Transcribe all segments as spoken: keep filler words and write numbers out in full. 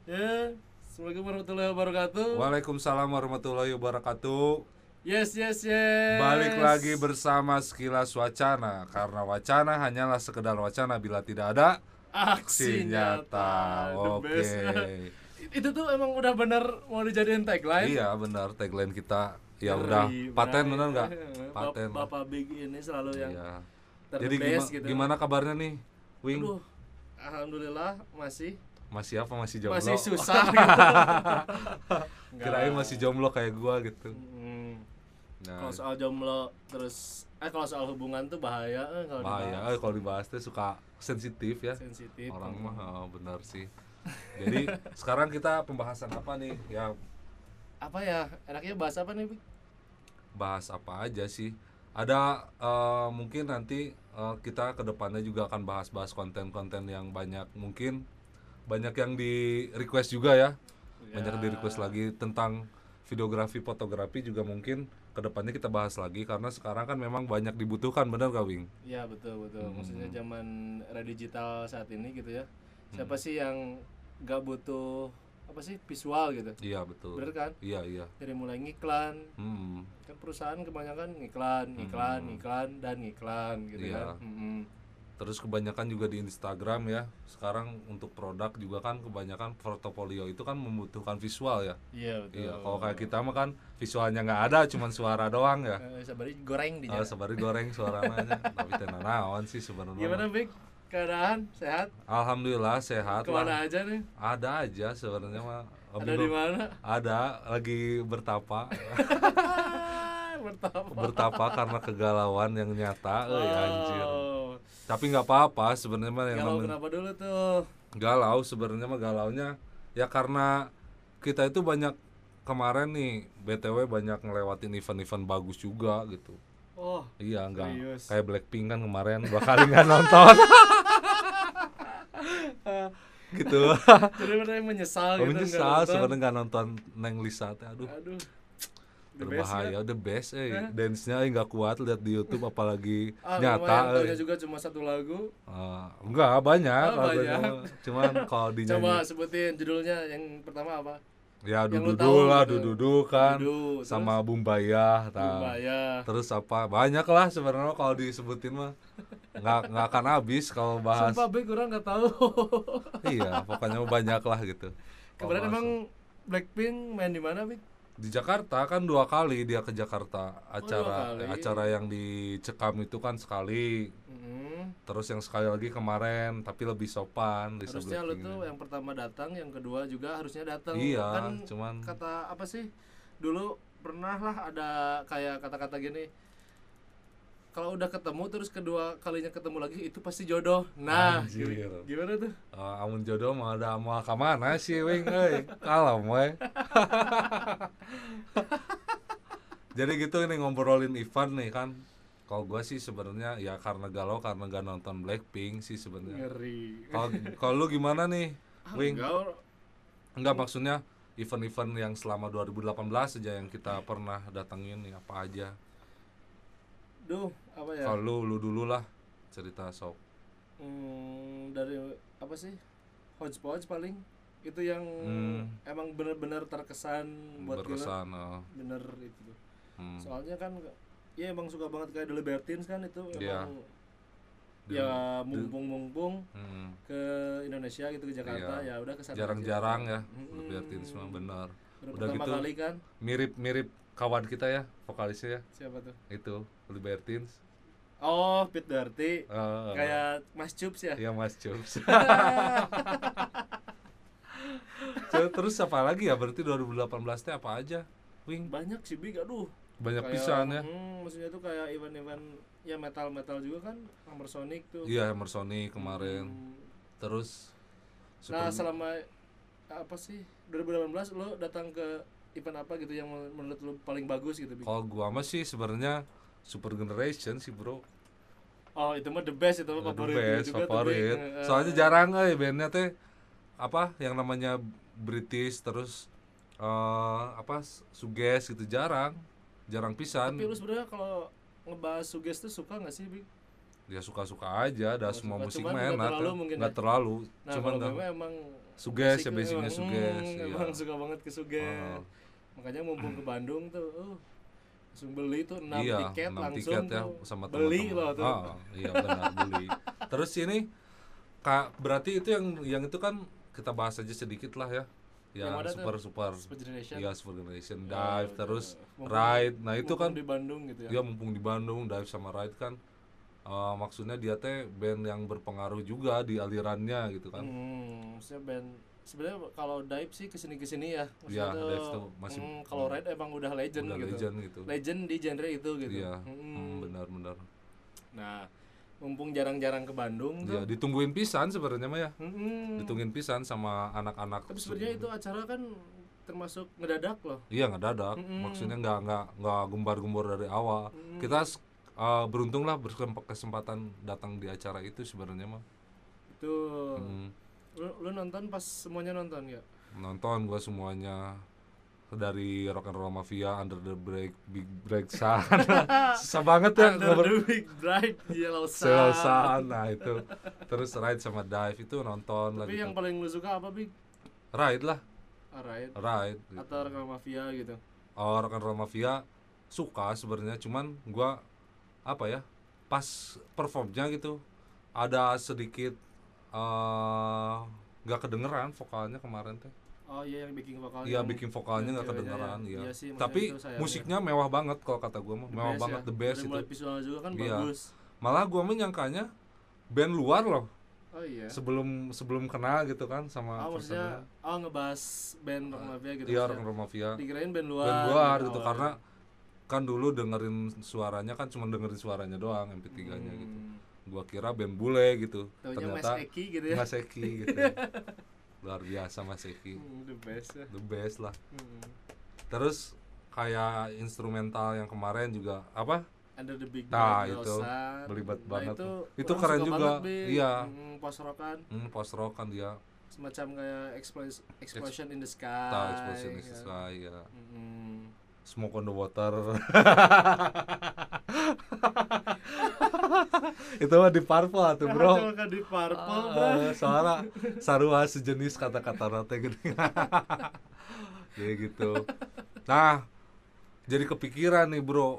Ya, Assalamualaikum warahmatullahi wabarakatuh. Waalaikumsalam warahmatullahi wabarakatuh. Yes, yes, Balik lagi yes. bersama Sekilas Wacana. Karena wacana hanyalah sekedar wacana bila tidak ada Aksi aksi nyata, nyata. the Oke. best. Itu tuh emang udah bener mau dijadiin tagline. Iya benar, tagline kita ya Ngeri, udah paten benar. benar nggak? Bap- Paten. Bapak Big ini selalu yang Iya. ter Jadi best gima- gitu. gimana kabarnya nih, Wing? Aduh, alhamdulillah masih Masih apa? Masih jomblo? masih susah gitu. Kirain Enggak. masih jomblo kayak gua gitu. Hmm, Nah, Kalau soal jomblo terus eh kalau soal hubungan tuh bahaya eh, kalau bahaya dibahas. eh, kalau dibahas tuh suka sensitif ya. Sensitif. Orang mah oh, benar sih. Jadi sekarang kita pembahasan apa nih? Ya Apa ya? Enaknya bahas apa nih, Bik? bahas apa aja sih? Ada eh, mungkin nanti eh, kita kedepannya juga akan bahas-bahas konten-konten yang banyak mungkin banyak yang di request juga ya. Banyak di request lagi tentang videografi, fotografi juga mungkin kedepannya kita bahas lagi karena sekarang kan memang banyak dibutuhkan, benar gak Wing? Iya betul betul. Hmm. Maksudnya zaman era digital saat ini gitu ya. Siapa sih yang nggak butuh apa sih visual gitu? Iya betul. Bener kan? Iya iya. Dari mulai ngiklan, Hmm. kan perusahaan kebanyakan ngiklan, ngiklan, ngiklan dan ngiklan gitu Iya. kan. Mm-mm. Terus kebanyakan juga di Instagram ya. Sekarang untuk produk juga kan kebanyakan portofolio itu kan membutuhkan visual ya. Iya betul. Iya, kalau kayak kita mah kan visualnya nggak ada, cuman suara doang ya. Eh, sabari goreng di Oh, jalan. sabari goreng suaranya. Tapi tenan naon sih sebenarnya. Gimana Bik? Keadaan sehat? Alhamdulillah sehat Kemana lah. aja nih? Ada aja sebenarnya mah. Ada di mana? Ada lagi bertapa. Bertapa. Bertapa karena kegalauan yang nyata, euy anjir. Oh. Tapi nggak apa-apa sebenarnya mah yang Galau namanya kenapa dulu tuh? galau sebenarnya mah galaunya ya karena kita itu banyak kemarin nih B T W banyak ngelewatin event-event bagus juga gitu. Oh, Iya enggak serius? kayak Blackpink kan kemarin dua kali nggak nonton. Gitu. jadi benar menyesal gitu. Menyesal nggak nonton. sebenarnya nggak nonton Neng Lisa teh aduh Aduh. The best berbahaya ya? the best eh Hah? dance-nya eh nggak kuat lihat di YouTube apalagi Ah, nyata lumayan, eh. taunya juga cuma satu lagu. Eh, enggak banyak Oh, lagunya banyak. mah. Cuman kalau dinyanyi Coba sebutin judulnya yang pertama apa? ya yang lu dududu tahu lah gitu. dududu kan Dudu, terus? sama Bumbayah tah. Bumbaya. Terus apa banyak lah sebenarnya kalau disebutin mah nggak nggak akan habis kalau bahas. Sumpah Bek kurang nggak tahu. Iya pokoknya mah banyak lah gitu. Kalau Kemarin bahas- emang Blackpink main di mana, Bek? di Jakarta kan dua kali dia ke Jakarta dua acara kali. acara yang dicekam itu kan sekali Mm-mm. terus yang sekali lagi kemarin tapi lebih sopan Lisa Harusnya lu Blackpink. tuh yang pertama datang, yang kedua juga harusnya datang. Iya, Kan cuman- kata apa sih? Dulu pernah lah ada kayak kata-kata gini. Kalau udah ketemu terus kedua kalinya ketemu lagi itu pasti jodoh. Nah, Anjir. gimana, gimana tuh? Uh, amun jodoh mah ada mau ke mana sih wing euy kalem we. Jadi gitu ini ngobrolin event nih kan. Kalau gua sih sebenarnya ya karena galau karena gak nonton Blackpink sih sebenarnya. Ngeri. Kalau kalau lu gimana nih? Ah, Wing. enggak, Enggak maksudnya event-event yang selama dua ribu delapan belas aja yang kita pernah datengin nih apa aja. duh, apa ya? Kalau lu lu dulu lah cerita sok. Hmm, dari apa sih? Hodgepodge paling itu yang Hmm. emang bener-bener terkesan buat gue. Berkesan. uh, Bener itu. hmm. Soalnya kan ya emang suka banget kayak The Libertines kan itu Iya. emang ya mumpung-mumpung Hmm. ke Indonesia gitu ke Jakarta Iya. ya udah kesana Jarang-jarang aja. ya Mm-mm. Libertines mah benar. Baru Udah pertama gitu kali kan mirip-mirip kawan kita ya vokalisnya ya siapa tuh? itu Libertines. Oh, Pete Doherty. Uh, Kayak Mas Cups ya. ya Mas Jobs. Terus apa lagi ya berarti dua ribu delapan belas teh apa aja Wing Banyak sih Big, aduh. banyak Kayak, pisan ya. hmm, maksudnya tuh kayak event-event ya metal-metal juga kan, Hammer Sonic tuh. Iya Emersoni kemarin Hmm. terus Nah, Super- selama apa sih dua ribu delapan belas lo datang ke event apa gitu yang menurut lo paling bagus gitu, Big? kalau gua mah sih sebenarnya Super Generation sih bro. Oh, itu mah the best, itu mah The favorit best, juga tuh, favorit. Big. Eh, Soalnya jarang euy bandnya teh apa yang namanya British terus eh apa suges gitu jarang. Jarang pisan. Tapi lu sebenarnya kalau ngebahas suges tuh suka nggak sih, Big? Dia suka-suka aja, ada Oh, semua suka, musik cuman mah nggak enak. terlalu kan. mungkin Nggak ya. terlalu. Nah, Cuman kalau nggak gue emang Suges ya, Musik basicnya emang, suges. hmm, Iya. emang suka banget ke suges. Oh, Makanya mumpung ke Bandung tuh, uh, langsung beli tuh enam iya, tiket enam langsung tiket ya tuh sama beli teman-teman. loh tuh. Ah, iya benar beli. Terus ini Kak, berarti itu yang yang itu kan kita bahas aja sedikit lah ya. Yang Yang mana super tuh? super. Super Generation. Iya, Super Generation Ya, Dive ya, terus mumpung- Ride. Nah, itu mumpung kan di Bandung gitu ya. dia mumpung di Bandung Dive sama Ride kan eh, maksudnya dia teh band yang berpengaruh juga di alirannya gitu kan. Hmm, maksudnya band sebenarnya kalau Dive sih kesini kesini ya. Iya, Maksudnya Dive tuh, tuh masih hmm, kalau Ride emang udah legend udah gitu. legend gitu. Legend di genre itu gitu. Iya, Hmm. hmm, benar-benar. Nah, mumpung jarang-jarang ke Bandung tuh. Iya, ditungguin pisan sebenarnya mah ya. Hmm. Ditungguin pisan sama anak-anak. Tapi sebenarnya itu acara kan termasuk ngedadak loh. Iya, ngedadak. Mm-mm. Maksudnya nggak nggak nggak gumbar-gumbor dari awal. Mm-mm. Kita uh, beruntung lah berkesempatan datang di acara itu sebenarnya mah. Itu Hmm, lu, lu nonton pas semuanya nonton ya? nonton gua semuanya dari Rock and Roll Mafia, Under the Break, Big Break Sun. Susah banget ya Under ngobrol. the Big Bright Yellow Sun. Sel Sun, nah itu. Terus Ride sama Dive itu nonton lah Tapi gitu. yang paling lu suka apa, Big? Ride lah, Alright. Ride. Gitu. Atau Rekam Mafia gitu. Oh, Rock and Roll Mafia suka sebenarnya, cuman gua apa ya? Pas performnya gitu ada sedikit eh, nggak kedengeran vokalnya kemarin teh. Oh iya, yang bikin vokalnya. Iya, yang- bikin vokalnya yang nggak ceweknya kedengeran, ya. iya. Iya sih, maksudnya Tapi itu sayangnya. musiknya mewah banget kalau kata gua mah, The mewah best banget, ya. the best Dari itu. mulai visual juga kan Iya. bagus. Malah gua menyangkanya band luar loh Oh iya. sebelum sebelum kenal gitu kan sama Oh maksudnya personnya. oh ngebahas band Rock Mafia gitu. Iya, maksudnya. Rock and Roll Mafia. Dikirain band luar. Band luar gitu gitu awalnya. karena kan dulu dengerin suaranya kan cuma dengerin suaranya doang M P tiga-nya Hmm. gitu. Gua kira band bule gitu. Taunya Mas Ternyata Eki gitu ya. Mas Eki gitu. Luar biasa Mas Eki. Hmm, the best ya. The best lah. Hmm. Terus kayak instrumental yang kemarin juga apa? Under the Big Nah, Bright itu Yellow Sun. belibet Nah, banget itu, tuh. Itu orang keren suka juga. banget, Big. Iya. Hmm, post rockan Hmm, post rock kan dia. semacam kayak explosion, explosion in the sky. Tahu Explosion in the kan. Sky ya. Hmm. Smoke on the Water. Itu mah di Purple tuh, Bro. Kacau kan di Purple, Ah, Bang. soalnya sarua sejenis kata-kata nate gini. Jadi gitu. Nah, jadi kepikiran nih, Bro.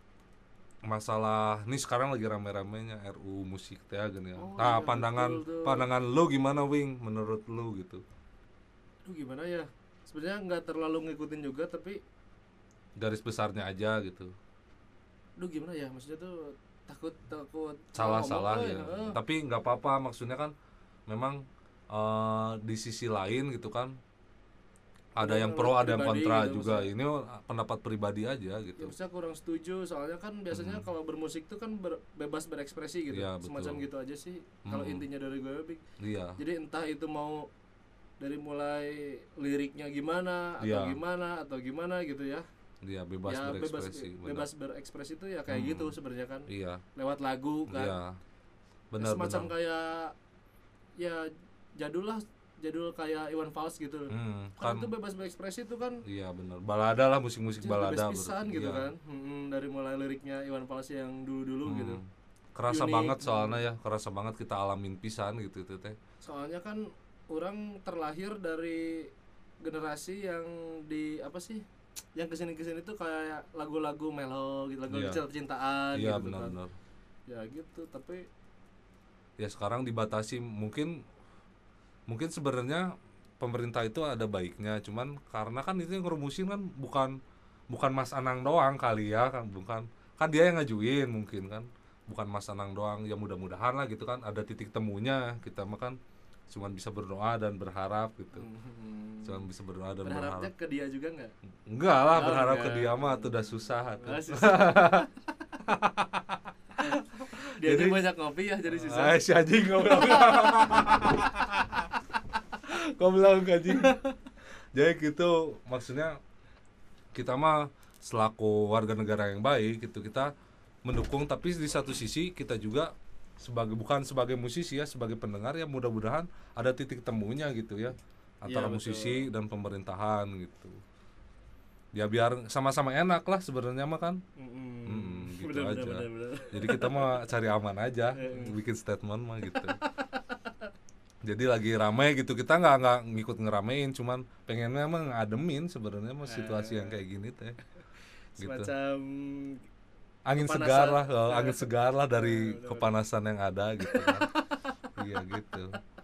Masalah nih sekarang lagi rame-ramenya R U U musik teh gini ya. Oh, Nah, iya, pandangan betul tuh. pandangan lu gimana, Wing? Menurut lu gitu. Aduh gimana ya? Sebenarnya nggak terlalu ngikutin juga tapi Garis besarnya aja gitu. aduh gimana ya? Maksudnya tuh takut takut Salah-salah ngomong, ya. eh. Tapi nggak apa-apa, maksudnya kan memang eh, di sisi lain gitu kan ada Ada yang yang pro, ada yang pribadi kontra gitu, juga. maksudnya. Ini pendapat pribadi aja Ya gitu. maksudnya kurang setuju soalnya kan biasanya Hmm. kalau bermusik tuh kan ber- bebas berekspresi gitu. Iya, betul. Semacam gitu aja sih kalau Hmm. intinya dari gue, Big. Iya. Jadi entah itu mau dari mulai liriknya gimana atau Iya. gimana atau gimana gitu ya. Iya, bebas ya berekspresi. bebas benar. bebas berekspresi itu ya kayak Hmm. gitu sebenarnya kan. Iya. Lewat lagu kan. Iya. Benar Semacam benar. kayak ya jadul lah, jadul kayak Iwan Fals gitu. Hmm, Kan, kan itu bebas berekspresi itu kan iya benar. Balada lah, musik-musik jadi balada. bebas pisan ber- gitu iya. kan. Hmm, dari mulai liriknya Iwan Fals yang dulu-dulu Hmm. gitu. Kerasa Unik. banget soalnya ya, kerasa banget kita alamin pisan gitu itu teh. Soalnya kan orang terlahir dari generasi yang di apa sih? Yang kesini-kesini tuh kayak lagu-lagu melo gitu, lagu Iya. cinta-cintaan Iya, gitu kan. benar-benar. Ya gitu, tapi Ya sekarang dibatasi, mungkin mungkin sebenarnya pemerintah itu ada baiknya, cuman karena kan itu yang ngerumusin kan bukan bukan Mas Anang doang kali ya, kan bukan kan dia yang ngajuin mungkin kan, bukan Mas Anang doang. Ya mudah-mudahan lah gitu kan ada titik temunya. Kita mah kan cuman bisa berdoa dan berharap gitu, hmm, cuman bisa berdoa dan berharapnya berharap. ke dia juga nggak? Enggak lah, Oh, berharap enggak. ke dia mah tuh udah susah tuh. Ah, susah. Dia Jadi- tuh banyak ngopi ya jadi susah. Ah, si anjing goblok. Goblok anjing. Jadi gitu, maksudnya kita mah selaku warga negara yang baik gitu, kita mendukung, tapi di satu sisi kita juga sebagai bukan sebagai musisi ya, sebagai pendengar ya mudah-mudahan ada titik temunya gitu ya antara Iya, betul. musisi dan pemerintahan gitu. Ya biar sama-sama enak lah sebenarnya mah kan. Mm-mm. Mm, gitu Bener, aja. bener, bener, bener. Jadi kita mah cari aman aja, Mm. bikin statement mah gitu. Jadi lagi ramai gitu, kita nggak nggak ngikut ngeramein, cuman pengennya emang ngademin sebenarnya mah situasi yang kayak gini teh gitu. Semacam Angin kepanasan. segar lah, oh, Nah, angin segar lah dari nah, bener-bener. kepanasan yang ada gitu kan. Iya gitu.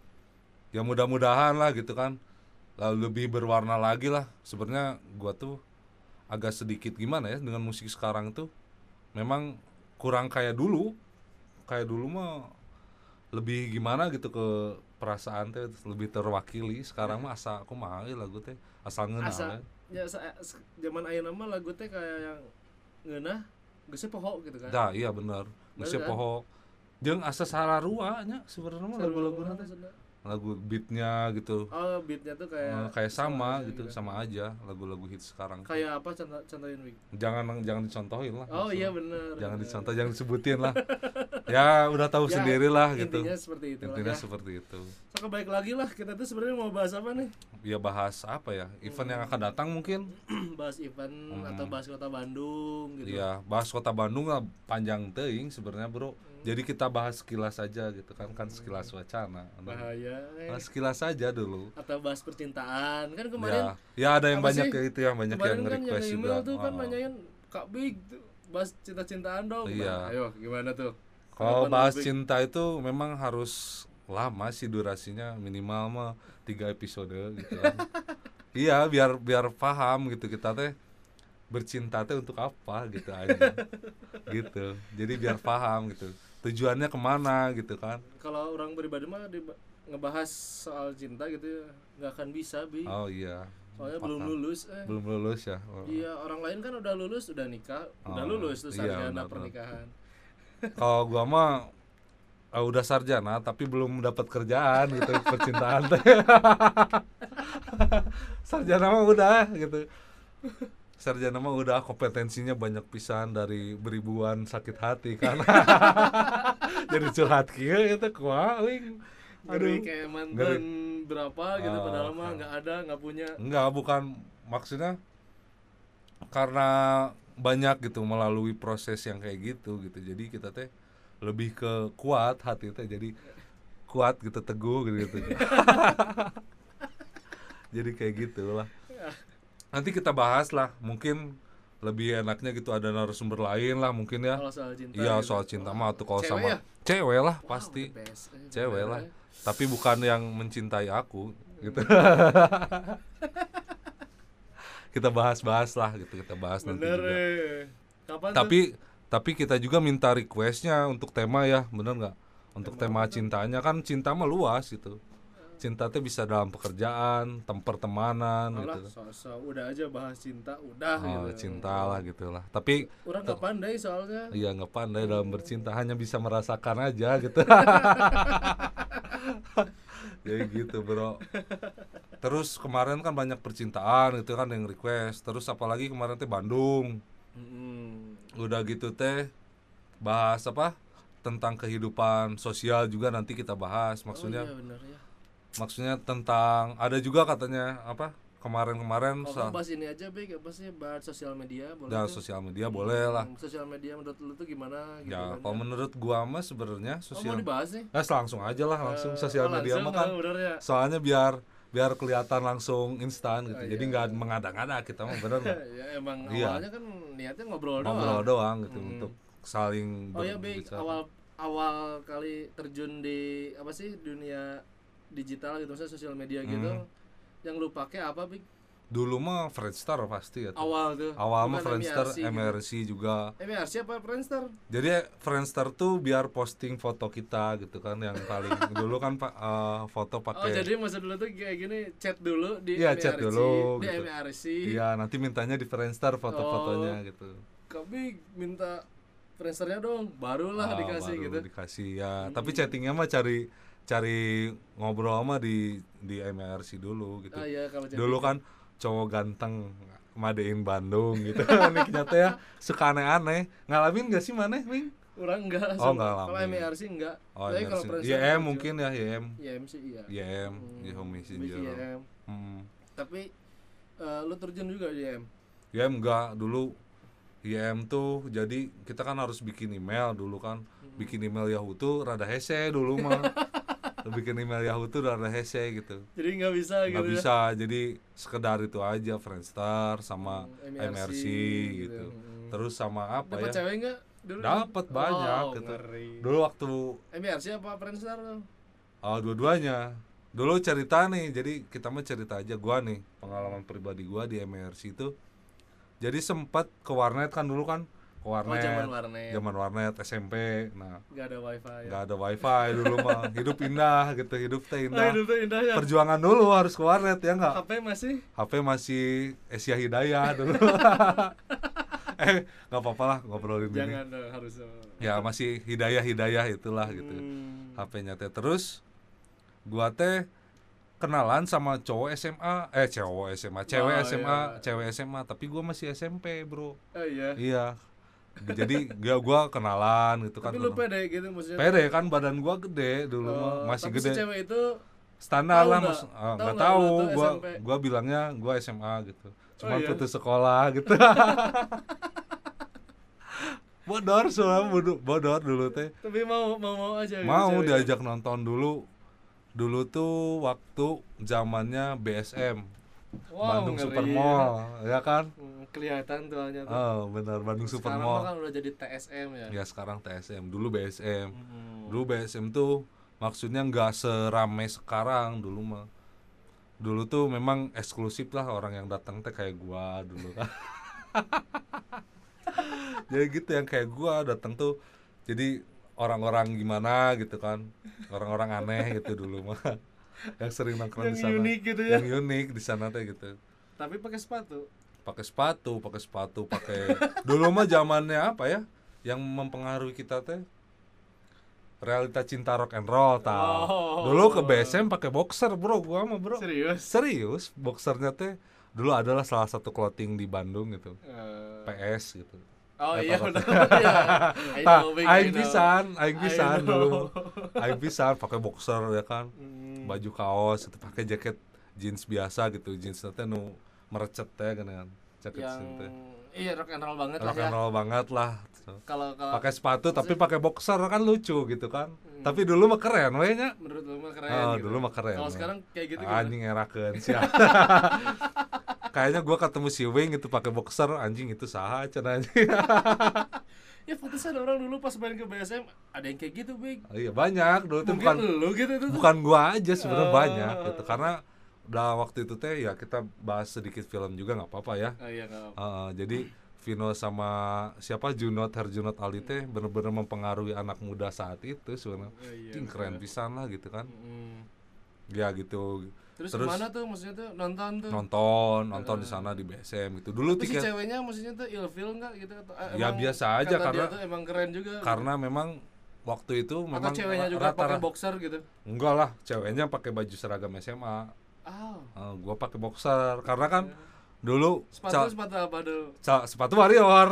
Ya mudah-mudahan lah gitu kan, lalu lebih berwarna lagi lah. Sebenarnya gua tuh agak sedikit gimana ya dengan musik sekarang tuh, memang kurang kayak dulu. Kayak dulu mah lebih gimana gitu ke perasaan teh lebih terwakili. Sekarang mah asa aku mah lagu teh asal ngeunah asa we. ya sa- s- zaman ayeuna mah lagu teh kayak yang ngeunah geusnya poho gitu kan. Dah iya bener. Geus kan? poho jeung asa sararua nya sebenarnya mah lagu-laguna teh. Sarua, Lagu beatnya gitu. oh beatnya tuh kayak Eh, kayak sama aja gitu, sama aja lagu-lagu hits sekarang. kayak apa contoh contohin Wig? Jangan jangan dicontohin lah. Oh maksudnya. iya bener, Jangan bener. dicontoh, jangan disebutin lah. Ya udah tahu Ya, sendiri lah gitu. intinya seperti itu lah Intinya ya. seperti itu. So balik lagi lah, kita tuh sebenarnya mau bahas apa nih? Ya bahas apa ya? Event yang akan datang mungkin. Bahas event atau bahas kota Bandung gitu. Iya, bahas kota Bandung lah panjang teuing sebenarnya, Bro. Jadi kita bahas sekilas aja gitu kan, kan sekilas wacana. Bahaya eh. Nah, sekilas aja dulu. Atau bahas percintaan kan kemarin. Ya, ya ada yang apa banyak sih? kayak itu ya, banyak Kemarin yang kan request yang juga. email tuh kan Oh. nanyain Kak Big tuh, bahas cinta-cintaan dong. Iya. Nah, ayo gimana tuh? Kalau Kenapa bahas Big? cinta itu memang harus lama sih durasinya, minimal mah tiga episode gitu kan. Iya, biar biar paham gitu kita teh bercinta teh untuk apa gitu aja. Gitu. Jadi biar paham gitu. Tujuannya kemana gitu kan. Kalau orang pribadi mah di, ngebahas soal cinta gitu ya nggak akan bisa Bi. Oh iya. Soalnya Paham. belum lulus eh. Belum lulus ya. Oh. Iya, orang lain kan udah lulus, udah nikah, udah Oh, lulus tuh iya, sarjana benar, pernikahan. Kalau gua mah uh, udah sarjana tapi belum dapat kerjaan gitu percintaan teh. Sarjana mah udah gitu. Sarjana mah udah kompetensinya banyak pisan dari beribuan sakit hati kan. Jadi curhat kieu eta kumaha euy. Ngeri kayak mantan ngeri. berapa gitu Oh, padahal mah oh. nggak ada, nggak punya. Enggak, bukan maksudnya karena banyak gitu melalui proses yang kayak gitu gitu. Jadi kita teh lebih ke kuat hati teh, jadi kuat gitu, teguh gitu gitu. Jadi kayak gitulah. Nanti kita bahas lah, mungkin lebih enaknya gitu ada narasumber lain lah mungkin ya. Kalau soal cinta. Iya, gitu. soal cinta mah tuh kalau Cewek sama ya? cewek lah Wow, pasti. the best, eh, Cewek bener, lah. eh. Tapi bukan yang mencintai aku gitu. Kita bahas-bahas lah gitu, kita bahas nanti Bener juga. eh. Kapan Tapi tuh? tapi kita juga minta requestnya untuk tema ya, bener nggak? Untuk tema, cintanya kan cinta mah luas gitu. Cinta teh bisa dalam pekerjaan, tem pertemanan Alah, gitu. so-so udah aja bahas cinta, udah Oh, gitu. cinta lah gitulah. Tapi Orang nggak pandai soalnya. iya nggak pandai dalam bercinta, hanya bisa merasakan aja gitu. Jadi gitu bro. Terus kemarin kan banyak percintaan gitu kan yang request. Terus apalagi kemarin teh Bandung. Mm-mm. Udah gitu teh bahas apa? Tentang kehidupan sosial juga nanti kita bahas. Maksudnya oh, iya bener ya. maksudnya tentang ada juga katanya apa? Kemarin-kemarin Kalau sa- bahas ini aja Big, apa sih bahas sosial media boleh dan tuh? sosial media boleh lah. Hmm, sosial media menurut lu tuh gimana gitu Ya, kan, kalau ya? menurut gua mah sebenarnya Oh, mau sosial dibahas nih? Nah, langsung aja lah, langsung Eh, sosial oh, media langsung, mah kan. oh, bener ya? Soalnya biar biar kelihatan langsung instan gitu. Oh, Jadi iya. nggak mengada-ngada kita mah bener nggak? Ya emang Iya. awalnya kan niatnya ngobrol, Ngobrol doang. doang gitu Hmm. untuk saling Oh ya Big, berbicara. awal awal kali terjun di apa sih dunia digital gitu, misalnya sosial media gitu, Hmm. yang lu pakai apa Big? Dulu mah Friendster pasti ya. tuh. Awal tuh. Awal mah Bukan Friendster, M I R C M R C juga. Gitu. M I R C apa Friendster? Jadi Friendster tuh biar posting foto kita gitu kan yang paling dulu kan Pak eh, foto Oh pakai. jadi masa dulu tuh kayak gini, chat dulu di Iya, M I R C, chat dulu, di gitu. M I R C. Iya, nanti mintanya di Friendster foto-fotonya Oh. gitu. Kami minta Friendsternya dong, barulah Ah, dikasih baru gitu. dikasih ya. Hmm. Tapi chattingnya mah cari cari ngobrol sama di di M R C dulu gitu. Ah iya kalau chat Dulu gitu. kan cowok ganteng madein Bandung gitu. Niknya teh ya suka aneh-aneh. Ngalamin gak sih maneh, Wing? Orang enggak. Oh, sama- enggak Kalau ngalamin. M I R C enggak. Oh, Tapi M R C. kalau Friendster Y M lucu. mungkin ya, Y M. Y M sih iya. Y M, Hmm, Y Home lebih Messenger. ke Y M. Hmm. Tapi eh, lu terjun juga di Y M. Y M enggak dulu. Y M tuh jadi kita kan harus bikin email dulu kan. Hmm. Bikin email Yahoo tuh rada hese dulu mah. bikin email Yahoo tuh udah hese gitu. Jadi nggak bisa Nggak gitu ya. bisa, jadi sekedar itu aja, Friendster sama Hmm, M R C gitu. Hmm. Terus sama apa Dapat ya? cewek nggak dulu? Dapat banyak Wow, gitu. ngeri. Dulu waktu M R C apa Friendster tuh? oh, dua-duanya. Dulu cerita nih, jadi kita mah cerita aja gua nih, pengalaman pribadi gua di M R C itu. Jadi sempat ke warnet kan dulu kan, ke warnet. Oh, zaman warnet. Zaman warnet S M P. Nah, Nggak ada wifi ya. nggak ada wifi dulu mah. Hidup indah gitu, hidup teh Oh, indah. hidup tuh indah ya. Perjuangan dulu harus ke warnet ya enggak? H P masih? H P masih Asia Hidayah dulu. eh, nggak apa-apa lah ngobrolin ini. Jangan dong, harus. Ya masih Hidayah-Hidayah itulah gitu. Hmm. H P-nya teh terus gua teh kenalan sama cowok S M A, eh cowok S M A, cewek Oh, S M A, iya. cewek S M A, tapi gua masih S M P, Bro. Oh iya. Iya. Jadi gua gua kenalan gitu kan. Tapi lu pede gitu maksudnya. Pede kan, badan gua gede dulu Oh, mah, masih tapi gede. si cewek itu Standar tahu lah nggak? mas, ah, Tahu nggak nggak tahu, lu tuh gua S M P? gua bilangnya gua S M A gitu. Cuma Oh, iya? putus sekolah gitu. Bodor soalnya bodor, bodor dulu teh. tapi mau mau mau aja gitu Mau cewek. diajak nonton dulu. Dulu tuh waktu zamannya B S M, Wow, Bandung ngeri. Super Mall, ya kan? Hmm, kelihatan tuh hanya tuh. Oh benar, Bandung Super Sekarang Mall. mah kan udah jadi T S M ya. Ya sekarang T S M, dulu B S M. Hmm. Dulu B S M tuh maksudnya nggak seramai sekarang dulu mah. Dulu tuh memang eksklusif lah, orang yang datang teh kayak gua dulu kan. Jadi gitu, yang kayak gua datang tuh jadi orang-orang gimana gitu kan, orang-orang aneh gitu dulu mah. Yang sering nongkrong di Yang sana. unik gitu ya. Yang unik di sana teh gitu. Tapi pakai sepatu. Pakai sepatu, pakai sepatu, pakai dulu mah zamannya apa ya? Yang mempengaruhi kita teh realita cinta rock and roll tau. Oh. Dulu ke B S M pakai boxer, Bro, gua mah, Bro. Serius? Serius, boxernya teh dulu adalah salah satu clothing di Bandung gitu. Eh, P S gitu. Oh Nggak iya tahu. udah. Iya. I Nah, know, Big, I aing know. pisan, aing I pisan know. dulu. Aing pisan pakai boxer ya kan. Hmm. Baju kaos, itu pakai jaket jeans biasa gitu. Jeans teh nu merecet teh kan. Jaket Yang jeans teh. iya rock and roll banget Rock lah and ya. roll banget lah. Kalau kalau Pakai sepatu tapi pakai boxer kan lucu gitu kan. Hmm. Tapi dulu mah keren we nya. menurut lu mah keren Oh, gitu. dulu mah keren. Kalau ya. sekarang kayak gitu gimana? Anjing ngerakeun sia. Kayaknya gua ketemu si Wing itu pakai boxer, anjing itu saha cenah anjing. Ya pantesan orang dulu pas main ke B S M ada yang kayak gitu, Big. Oh, iya banyak dulu tuh, Mungkin bukan lu gitu tuh. bukan gua aja sebenarnya, Oh. banyak gitu. Karena udah waktu itu teh ya kita bahas sedikit film juga nggak apa-apa ya. Oh iya enggak. Uh, jadi Vino sama siapa Junot Herjunot Ali teh bener-bener mempengaruhi anak muda saat itu sebenarnya. Oh, iya, Anjing, keren bener. pisan lah gitu kan. Mm. Ya gitu. Terus, Terus kemana tuh maksudnya tuh nonton tuh? Nonton, nonton di sana di B S M itu. Dulu Tapi si tiket ceweknya maksudnya tuh ilfeel enggak gitu atau eh, Ya, emang biasa aja, kata karena- dia tuh emang keren juga. karena memang waktu itu atau memang ceweknya juga rata-rata- pakai boxer gitu. enggak lah, ceweknya pakai baju seragam S M A. Ah. Uh, gua pakai boxer karena kan dulu Sepatu ca- sepatu apa dulu? ca- sepatu warrior.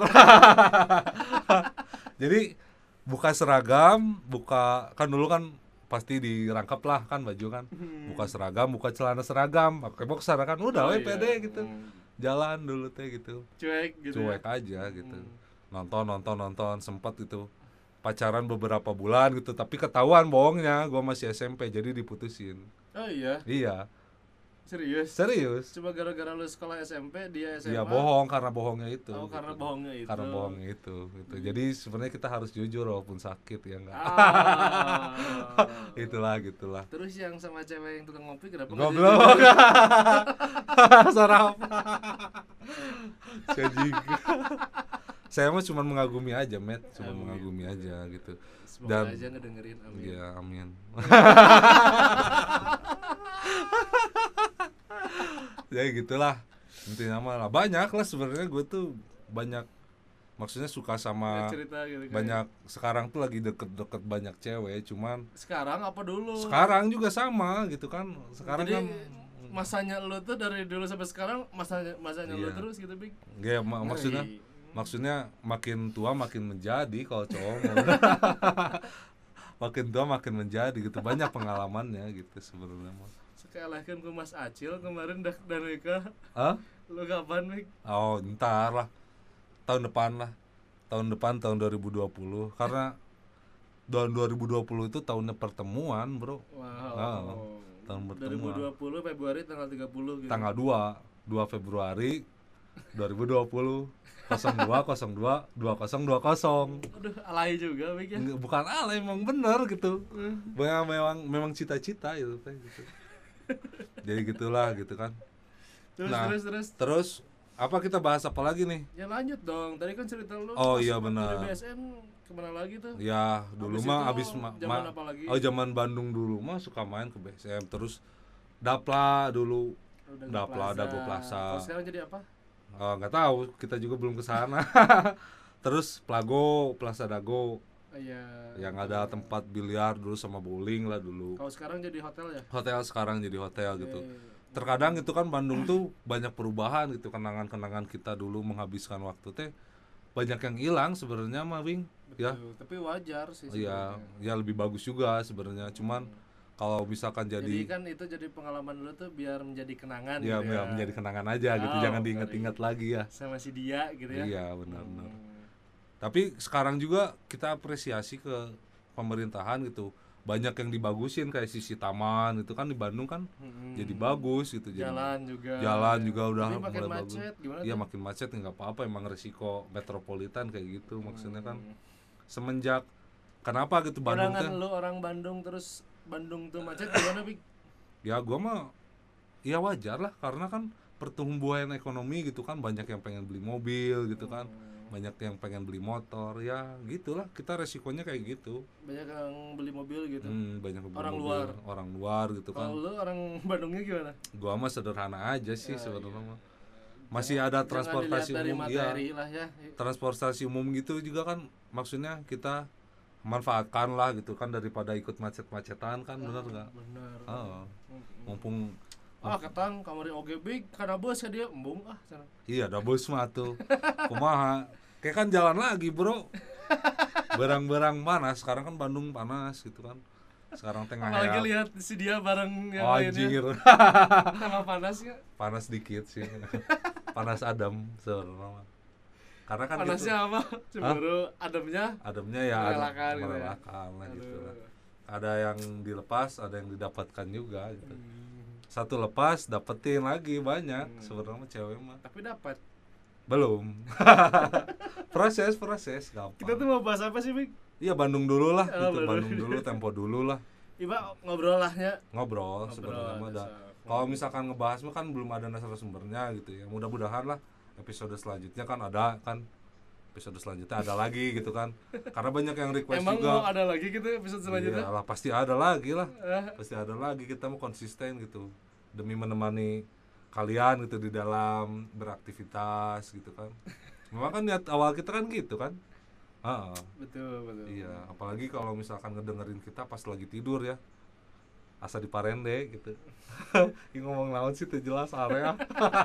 Jadi buka seragam, buka kan dulu kan pasti dirangkap lah kan baju kan. Buka seragam, buka celana seragam, pakai boxer kan udah Oh, we iya. pede gitu. Hmm. Jalan dulu teh gitu. Cuek gitu. Cuek ya? aja gitu. Hmm. Nonton nonton nonton sempat itu pacaran beberapa bulan gitu, tapi ketahuan bohongnya gua masih S M P jadi diputusin. Oh iya, Iya, serius. serius. Coba gara-gara lu sekolah S M P, dia S M A. Iya bohong karena bohongnya itu. Oh, karena gitu. bohongnya itu. Karena bohongnya itu gitu. Jadi sebenarnya kita harus jujur walaupun sakit ya enggak. Ah. Itulah gitulah. Terus yang sama cewek yang tukang ngopi kenapa nggak Goblok. jujur? Sarap. Saya juga. Saya mah cuma mengagumi aja, Met. Cuma Amin. mengagumi aja gitu. Semoga Dan- aja ngedengerin, amin. Iya, amin. Ya gitulah. Intinya mah lah. Banyak lah sebenarnya gue tuh banyak, maksudnya suka sama Kayak cerita gitu kan. banyak. Sekarang tuh lagi deket-deket banyak cewek, cuman Sekarang apa dulu? sekarang juga sama gitu kan. Sekarang Jadi, kan masanya lu tuh dari dulu sampai sekarang masanya masanya lu Iya. terus gitu, Big. ya, mak- maksudnya Ngeri. maksudnya makin tua makin menjadi kalau cowok mah. Makin tua makin menjadi gitu, banyak pengalamannya gitu sebenarnya mah. Sekalahkan ke Mas Acil kemarin dak dan nikah. Hah? Lu kapan, Big? Oh, ntar lah. Tahun depan lah. Tahun depan tahun dua ribu dua puluh karena tahun dua ribu dua puluh itu tahunnya pertemuan, Bro. Wow. Ah, tahun dua ribu pertemuan. dua puluh Februari tanggal tiga puluh gitu. Tanggal dua, dua Februari dua ribu dua puluh nol dua nol dua dua nol dua nol. Aduh, alay juga Bik ya. Nggak, bukan alay, emang bener gitu. Memang memang memang cita-cita itu teh gitu. Jadi gitulah gitu kan. Terus Nah, terus terus. Terus apa kita bahas apa lagi nih? Ya lanjut dong. Tadi kan cerita lu Oh, pas iya, waktu benar. di B S M kemana lagi tuh? Ya dulu Abis mah itu abis ma- zaman ma- apa lagi? oh zaman Bandung dulu mah suka main ke B S M, terus Dapla dulu. Udah Dapla, Dago Plaza. Kalau sekarang jadi apa? Oh, nggak tahu, kita juga belum ke sana. Terus Plago, Plaza Dago Oh, iya. yang ada tempat biliar dulu sama bowling lah dulu. Kalau sekarang jadi hotel ya? Hotel sekarang jadi hotel gitu. Eh, Terkadang itu kan Bandung tuh banyak perubahan gitu, kenangan-kenangan kita dulu menghabiskan waktu teh banyak yang hilang sebenarnya mah Wing. Ya. betul. Tapi wajar sih Iya, sebenarnya. ya lebih bagus juga sebenarnya. Cuman kalau misalkan Jadi, jadi, kan itu jadi pengalaman dulu tuh biar menjadi kenangan ya, gitu ya menjadi kenangan aja gitu, Oh, jangan diingat-ingat lagi ya. sama si dia gitu ya. Iya, benar-benar. Hmm. Tapi sekarang juga kita apresiasi ke pemerintahan gitu. Banyak yang dibagusin kayak sisi taman itu kan di Bandung kan Hmm. jadi bagus gitu. Jadi Jalan juga. jalan juga udah Tapi makin mulai bagus. macet gimana Iya tuh? makin macet nggak apa-apa, emang resiko metropolitan kayak gitu maksudnya kan. Hmm. Semenjak kenapa gitu Bandung Pandangan teh? lu orang Bandung terus Bandung tuh macet gimana Bik? Ya gua mah ya wajar lah karena kan pertumbuhan ekonomi gitu kan, banyak yang pengen beli mobil gitu kan. Banyak yang pengen beli motor, ya gitulah, kita resikonya kayak gitu. Banyak yang beli mobil gitu. Hmm, banyak yang beli Orang mobil, luar. orang luar gitu kan. Kalau lu orang Bandungnya gimana? Gua mah sederhana aja sih Ya, sebenarnya iya. mah. Masih ada Jangan transportasi dilihat dari umum, materi iya. lah ya. Transportasi umum gitu juga kan, maksudnya kita manfaatkan lah gitu kan daripada ikut macet-macetan kan, bener nggak? Bener. Oh, Hmm. mumpung Ah katang kamarin oge Bik karena bos ya dia embung ah sana. iya ada bos mah tuh. Kumaha? Kayak kan jalan lagi, Bro. Berang-berang panas, sekarang kan Bandung panas gitu kan. Sekarang tengah Apalagi ya. lihat si dia bareng yang Oh, lainnya. anjir. Sama panasnya. Panas dikit sih. Panas adem sebenarnya. Karena kan Panasnya gitu. apa? Cemburu, ademnya Ademnya ya adem, merelakan gitu ya. merelakan lah gitu Aduh. lah. Ada yang dilepas, ada yang didapatkan juga gitu. Hmm. Satu lepas dapetin lagi banyak Hmm. sebenarnya cewek mah. Tapi dapat. Belum. proses proses gampang. Kita tuh mau bahas apa sih, Bik? Iya Bandung dulu lah, Oh, gitu. Bandung. Bandung dulu, tempo dulu lah. Iba ngobrol lah ya. Ngobrol, sebenarnya mah ada. Kalau misalkan ngebahas mah kan belum ada narasumbernya gitu ya. Mudah-mudahan lah episode selanjutnya kan ada kan. Episode selanjutnya ada lagi gitu kan. Karena banyak yang request Emang juga. mau ada lagi gitu episode selanjutnya? Iya lah, pasti ada lagi lah. Eh, Pasti ada lagi, kita mau konsisten gitu. Demi menemani kalian gitu di dalam beraktivitas gitu kan. Memang kan niat awal kita kan gitu kan. Ah, betul, betul. iya, apalagi kalau misalkan ngedengerin kita pas lagi tidur ya. Asa di parende gitu. Ini ngomong lawan sih tuh jelas area.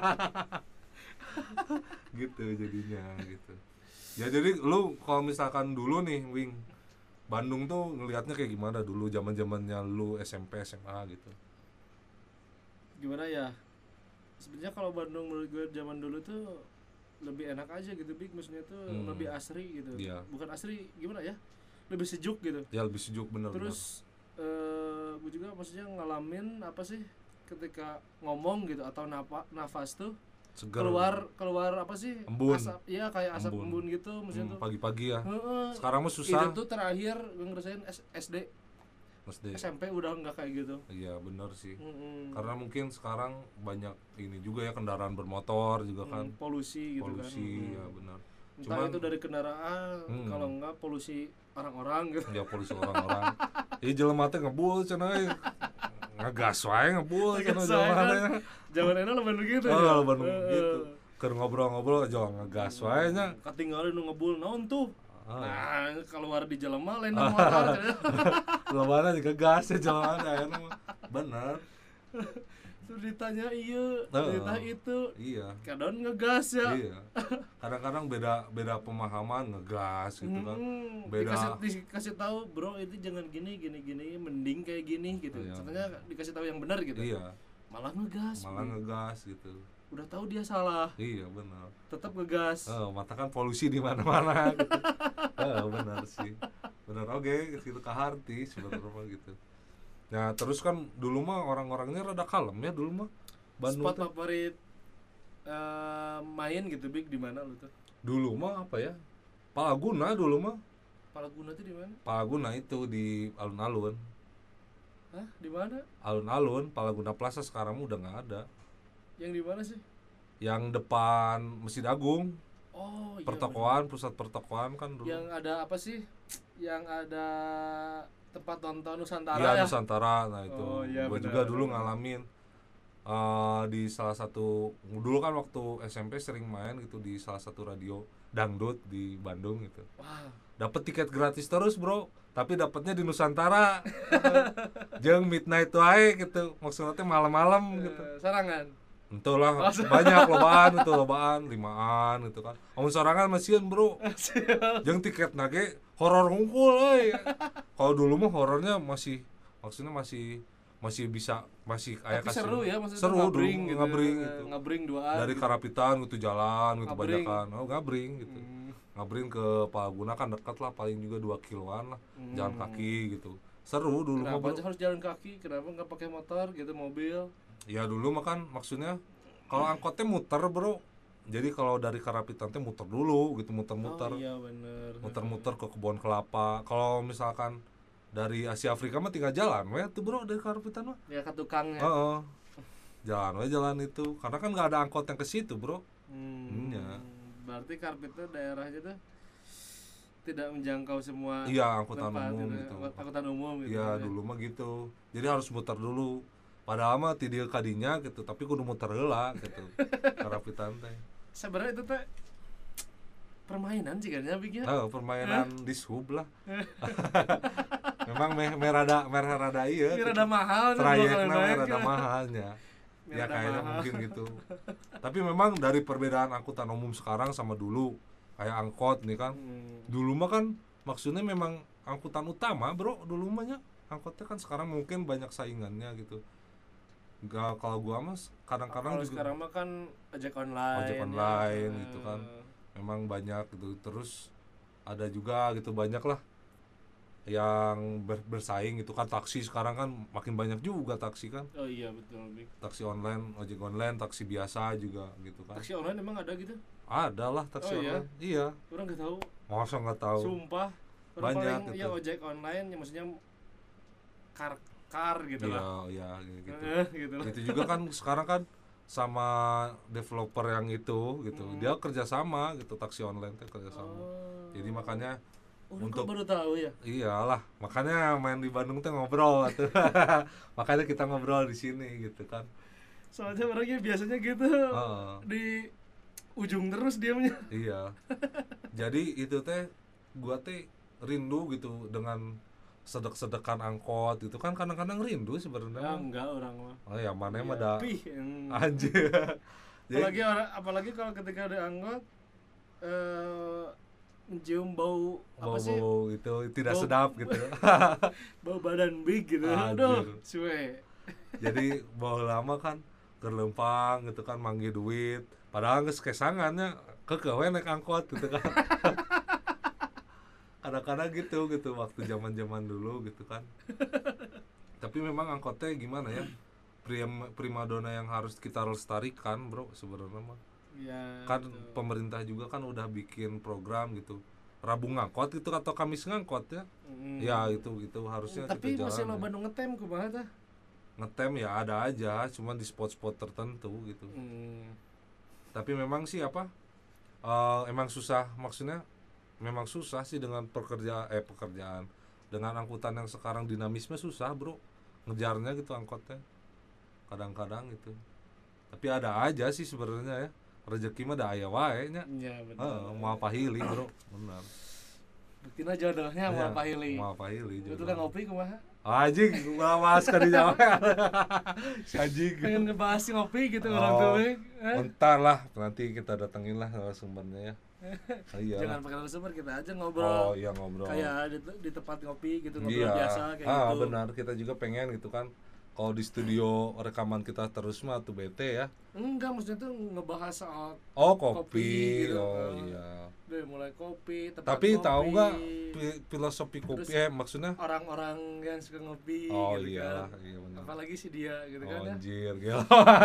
Gitu jadinya gitu. Ya jadi lu kalau misalkan dulu nih Wing, Bandung tuh ngelihatnya kayak gimana dulu zaman-zamannya lu S M P S M A gitu. Gimana ya? Sebenarnya kalau Bandung menurut gue zaman dulu tuh lebih enak aja gitu, Bik. Maksudnya tuh Hmm. lebih asri gitu. Iya. Bukan asri, gimana ya? Lebih sejuk gitu. Ya lebih sejuk bener. Terus eh gue juga maksudnya ngalamin apa sih ketika ngomong gitu atau napa, nafas tuh seger. keluar keluar apa sih? Embun. Asap, iya kayak asap Embun. embun gitu maksudnya Hmm, tuh. pagi-pagi ya. Heeh. Sekarang mah Itu susah. tuh terakhir gue ngerasain S- SD, S D. S M P udah nggak kayak gitu. Iya bener sih. Mm-mm. Karena mungkin sekarang banyak ini juga ya, kendaraan bermotor juga kan. Mm, polusi gitu kan. Polusi Mm. ya benar. Entah Cuman- itu dari kendaraan, Hmm. kalau enggak polusi orang-orang gitu. Ya polusi orang-orang. Ih jelema teh ngebul cenah euy. Ngegas wae ngebul cenah Ngegas jelema wae teh. kan. Zaman enak leban begitu. Oh, ya? leban Heeh. begitu. Keur ngobrol-ngobrol aja ngegas wae nya. Ketinggalan nu ngebul naon tuh. Ah. Nah, keluar di jelema lain na motor. Lebaran juga gas ya jelema teh aya mah. Bener. Terus ditanya iya, Heeh. ditanya itu. Iya. Kadang ngegas ya. Iya. Kadang-kadang beda beda pemahaman ngegas gitu kan. Hmm, Beda. dikasih, dikasih tahu bro itu jangan gini gini gini mending kayak gini gitu. Iya. Contohnya dikasih tahu yang benar gitu. Iya. Malah ngegas. Malah ngegas gitu. Udah tahu dia salah, Iya benar. tetap ngegas. Oh, mata kan polusi di mana-mana gitu. Oh, benar sih. bener oke gitu kaharti sebenarnya mah gitu. Nah terus kan dulu mah orang-orangnya rada kalem ya dulu mah Bandung Spot teh. favorit eh, main gitu Big di mana lu tuh? Dulu mah apa ya, Palaguna dulu mah. Palaguna tuh di mana? Palaguna itu di alun-alun. Hah? Di mana? Alun-alun Palaguna Plaza sekarang udah nggak ada. Yang di mana sih? Yang depan Masjid Agung, Oh, iya. pertokoan, pusat pertokoan kan bener. dulu. Yang ada apa sih? Yang ada tempat nonton Nusantara Iya ya? Nusantara, nah itu. Oh, iya, Gue benar, juga dulu benar. ngalamin eh, di salah satu, dulu kan waktu S M P sering main gitu di salah satu radio dangdut di Bandung gitu. Wah, Dapat tiket gratis terus bro, tapi dapatnya di Nusantara. Jeung midnight wae gitu, maksudnya teh malam-malam gitu. eh, Sarangan. Entahlah Oh, banyak lobaan itu lobaan limaan gitu kan. Amun sorangan masieun bro. Jeung tiket nage horor hungkul euy. Kalau dulu mah horornya masih maksudnya masih masih bisa masih kayak Tapi seru ya, maksudnya seru dulu ngabring gitu. ngabring eh, gitu. Ngabring duaan. Dari gitu. Karapitan gitu jalan gitu Ngabring. banyakan. Oh ngabring gitu. Hmm. Ngabring ke Palaguna kan dekat lah paling juga dua kiloan lah. Hmm. Jalan kaki gitu. Seru dulu mah Kenapa bro. aja harus jalan kaki? Kenapa nggak pakai motor gitu, mobil? Ya dulu mah kan maksudnya kalau angkotnya muter bro. Jadi kalau dari Karapitan teh muter dulu gitu muter-muter. Oh iya bener. Muter-muter ke kebun kelapa. Kalau misalkan dari Asia Afrika mah tinggal jalan we tuh bro dari Karapitan mah. Ya ke tukangnya. Heeh. Jalan we jalan itu. Karena kan nggak ada angkot yang ke situ bro. Hmm. Iya. Berarti Karpit itu daerahnya tuh tidak menjangkau semua Iya angkutan tempat umum gitu, gitu. angkutan umum gitu. Iya dulu mah gitu. Jadi harus muter dulu. Padahal mah ti dieu kadinya gitu, tapi kudu muter heula gitu. Karapitan teh. Sebenarnya itu teh permainan sih kan ya Big ya. Oh, permainan di sub lah. Memang meh merada merada ieu. Ini rada mahal nih, dua Trayekna kali naik, merada ya. mahalnya. Ini Ya rada kayaknya mahal. mungkin gitu. Tapi memang dari perbedaan angkutan umum sekarang sama dulu, kayak angkot nih kan. Hmm. Dulu mah kan maksudnya memang angkutan utama, bro. Dulu mah nya angkotnya kan sekarang mungkin banyak saingannya gitu. Enggak kalau gua mas kadang-kadang Kalau juga sekarang mah kan ojek online. ojek ya. online Eh, gitu kan. Memang banyak gitu. Terus ada juga gitu banyak lah yang ber- bersaing gitu kan. Taksi sekarang kan makin banyak juga taksi kan. Oh iya betul Big. Taksi online, ojek online, taksi biasa juga gitu kan. Taksi online emang ada gitu? Ada lah taksi Oh, iya? online. Iya. Orang nggak tahu. Masa nggak tahu. Sumpah. Orang Banyak paling gitu. ya ojek online ya maksudnya car car gitu Iya, lah. iya gitu. Eh, gitu lah. Itu juga kan sekarang kan sama developer yang itu gitu. Hmm. Dia kerjasama gitu taksi online kan kerjasama. Oh. Jadi makanya Orang untuk- kok baru tahu ya. iyalah, makanya main di Bandung tuh ngobrol tuh. Makanya kita ngobrol di sini gitu kan. Soalnya orangnya biasanya gitu. Heeh. Di ujung terus diamnya. Iya. Jadi itu teh gua teh rindu gitu dengan sedek-sedekan angkot itu kan kadang-kadang rindu Ya sebenarnya. enggak orang mah. Oh ya mana Ya, mah ada pih, yang- anjir. apalagi orang apalagi kalau ketika ada anggot eh mencium bau apa sih? bau-bau itu tidak Bau- sedap gitu. Bau badan big gitu. Anjir. Aduh, suwe. Jadi bau lama kan kerlempang gitu kan manggil duit. Padahal geus kesangannya kekewe naik angkot gitu kan. Kadang-kadang gitu gitu waktu zaman-zaman dulu gitu kan. Tapi memang angkotnya gimana ya? Prim, primadona yang harus kita lestarikan, bro, sebenarnya mah. Ya. Kan betul. pemerintah juga kan udah bikin program gitu. Rabu ngangkot gitu atau Kamis ngangkot ya. Mm. Ya itu gitu harusnya Tapi kita masih jalan. lo Ya. Bandung ngetem kumaha tah? Ngetem ya ada aja, cuman di spot-spot tertentu gitu. Hmm. Tapi memang sih apa? eh, emang susah maksudnya memang susah sih dengan pekerja eh pekerjaan dengan angkutan yang sekarang dinamisme susah bro ngejarnya gitu angkotnya kadang-kadang gitu tapi ada aja sih sebenarnya ya rezeki mah da aya wae nya. Ya benar. Heeh, mau apa hili bro benar. Buktina jodohnya mau Iya, apa hili? mau apa hili Itu kan ngopi kumaha? anjing gua mas ka di Jawa si anjing Pengen ngebahas si ngopi gitu orang Oh. tuh. Big. Eh? bentar lah nanti kita datengin lah sumbernya ya. Oh, iya Jangan lah. pakai narasumber, kita aja Oh ngobrol. iya ngobrol Kayak di, di tempat ngopi gitu, ngobrol iya. biasa kayak ah, gitu. benar kita juga pengen gitu kan kalau di studio rekaman kita terus mah tuh bete ya. Enggak, maksudnya tuh ngebahas soal Oh kopi, kopi, gitu. oh Eh, iya. dari mulai kopi, tempat Tapi ngopi, tahu nggak fi- filosofi kopi Terus eh maksudnya? orang-orang yang suka ngopi Oh gitu iyalah, kan. iya benar. Apalagi si dia gitu Oh, kan ya. anjir, gila.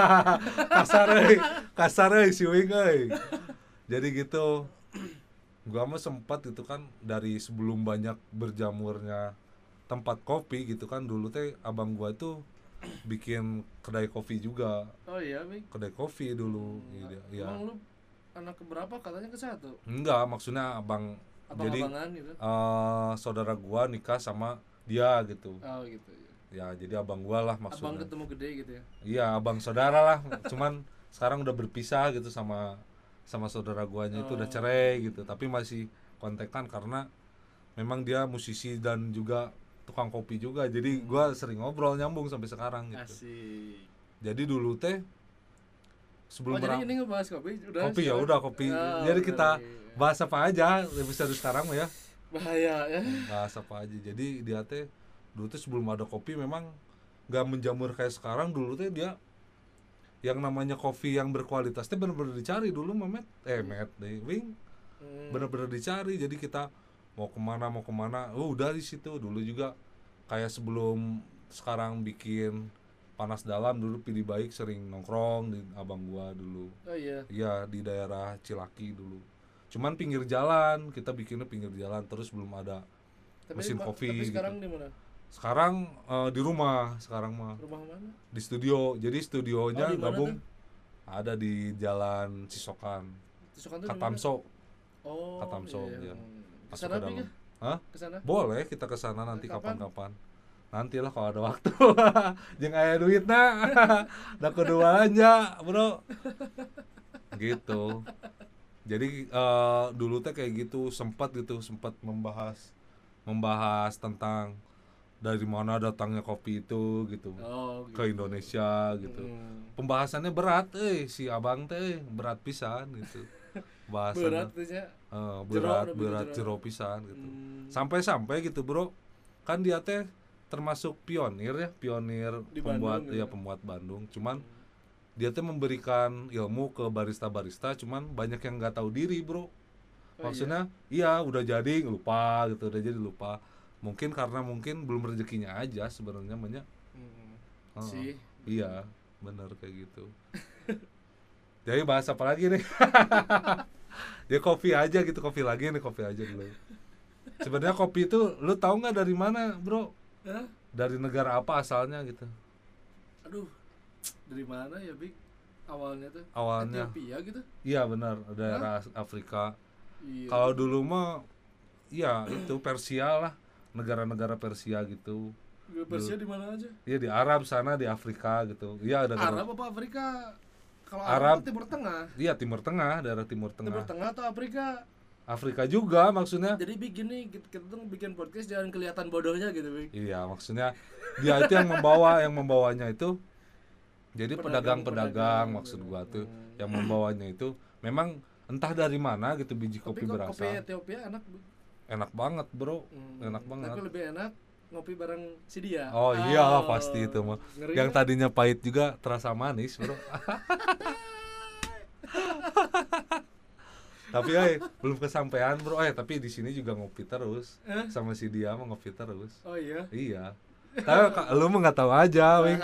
Kasar euy, kasar euy si Wing euy. Jadi gitu. Gua mah sempat itu kan dari sebelum banyak berjamurnya tempat kopi gitu kan, dulu teh abang gua tuh bikin kedai kopi juga. Oh iya, Bing. Kedai kopi dulu Hmm, gitu ya. Emang lu anak keberapa? Katanya ke satu. Enggak, maksudnya abang jadi Abang-abangan gitu. eh, saudara gua nikah sama dia gitu. Oh gitu. Ya, jadi abang gua lah Abang maksudnya. ketemu gede gitu ya. Iya, abang saudara lah. Cuman sekarang udah berpisah gitu sama sama saudara guanya itu udah Oh. cerai gitu. Tapi masih kontekan karena memang dia musisi dan juga tukang kopi juga. Jadi gua sering ngobrol nyambung sampai sekarang gitu. Asik. Jadi dulu teh sebelum Oh, jadi merang- ini ngebahas kopi udah. kopi ya sekarang? udah kopi. Oh, Jadi udah kita lagi. bahas apa aja episode sekarang ya. bahaya ya. Bahas apa aja. Jadi dia teh dulu teh sebelum ada kopi memang gak menjamur kayak sekarang. Dulu teh dia yang namanya kopi yang berkualitas teh bener-bener dicari dulu Mamet eh Met deh Wing Hmm. bener-bener dicari. Jadi kita mau kemana mau kemana oh udah di situ. Dulu juga kayak sebelum sekarang bikin panas dalam, dulu Pilih Baik sering nongkrong di abang gua dulu. Oh iya. Iya, di daerah Cilaki dulu. Cuman pinggir jalan, kita bikinnya pinggir jalan terus belum ada Tapi mesin ma- kopi Tapi gitu. sekarang di mana? Sekarang eh, di rumah sekarang mah Rumah mana? di studio. Jadi studionya Oh, di mana gabung tuh? ada di Jalan Cisokan, Tusukan tuh di mana? Katamso. Oh. Katamso, iya. ya. Masuk Kesana ke Bing dalam. ya? Hah? Kesana? Boleh kita ke sana nanti Kapan? kapan-kapan. Nantilah kalau ada waktu. Jeung aya duitna. Da kudu belanja, Bro. Gitu. Jadi eh, dulu teh kayak gitu, sempat gitu, sempat membahas membahas tentang dari mana datangnya kopi itu gitu. Oh, Ke Indonesia gitu. Hmm. Pembahasannya berat euy, si abang teh berat pisan gitu. Bahasannya Berat tuh ya. eh, Jero, berat lebih ke berat jero. jero pisan gitu. Hmm. Sampai-sampai gitu bro, kan dia teh termasuk pionir ya, pionir Di pembuat Bandung, ya gitu. pembuat Bandung. Cuman dia teh memberikan ilmu ke barista-barista, cuman banyak yang nggak tahu diri bro. Oh, Maksudnya iya udah jadi lupa gitu, udah jadi lupa. Mungkin karena mungkin belum rezekinya aja sebenarnya banyak. Hmm. Heeh. Sih. Iya, bener kayak gitu. Jadi bahas apa lagi nih? Ya kopi aja gitu, kopi lagi nih, kopi aja dulu. Sebenarnya kopi itu lu tahu nggak dari mana, bro? Hah? Dari negara apa asalnya gitu? Aduh. Dari mana ya, Big? Awalnya tuh Awalnya. Ethiopia gitu. Iya benar, daerah Afrika. Iya. Kalau dulu mah, ya itu Persia lah, negara-negara Persia gitu. Gue Persia di mana aja? Iya di Arab sana, di Afrika gitu. Iya ada. Arab apa Afrika? Kalau Arab. Arab, tuh Timur Tengah. Iya Timur Tengah, daerah Timur Timur Tengah. Tengah atau Afrika? Afrika juga maksudnya. Jadi bikin nih kita, kita tuh bikin podcast jangan kelihatan bodohnya gitu, Big. Iya, maksudnya dia itu yang membawa, yang membawanya itu jadi Pedagang- pedagang-pedagang pedagang, maksud gitu. gua tuh, Hmm. yang membawanya itu memang entah dari mana gitu biji Tapi kopi kok berasal. kopi Ethiopia enak, Big. Enak banget, Bro. Hmm. Enak banget. Tapi lebih enak ngopi bareng si dia. Oh iyalah pasti itu mah. Ngeri Yang kan? tadinya pahit juga terasa manis, Bro. Tapi eh belum kesampaian, Bro. Eh tapi di sini juga ngopi terus. Eh? Sama si dia mah ngopi terus. Oh iya. Iya. Tapi ka- lu mah nggak tahu aja, Wing.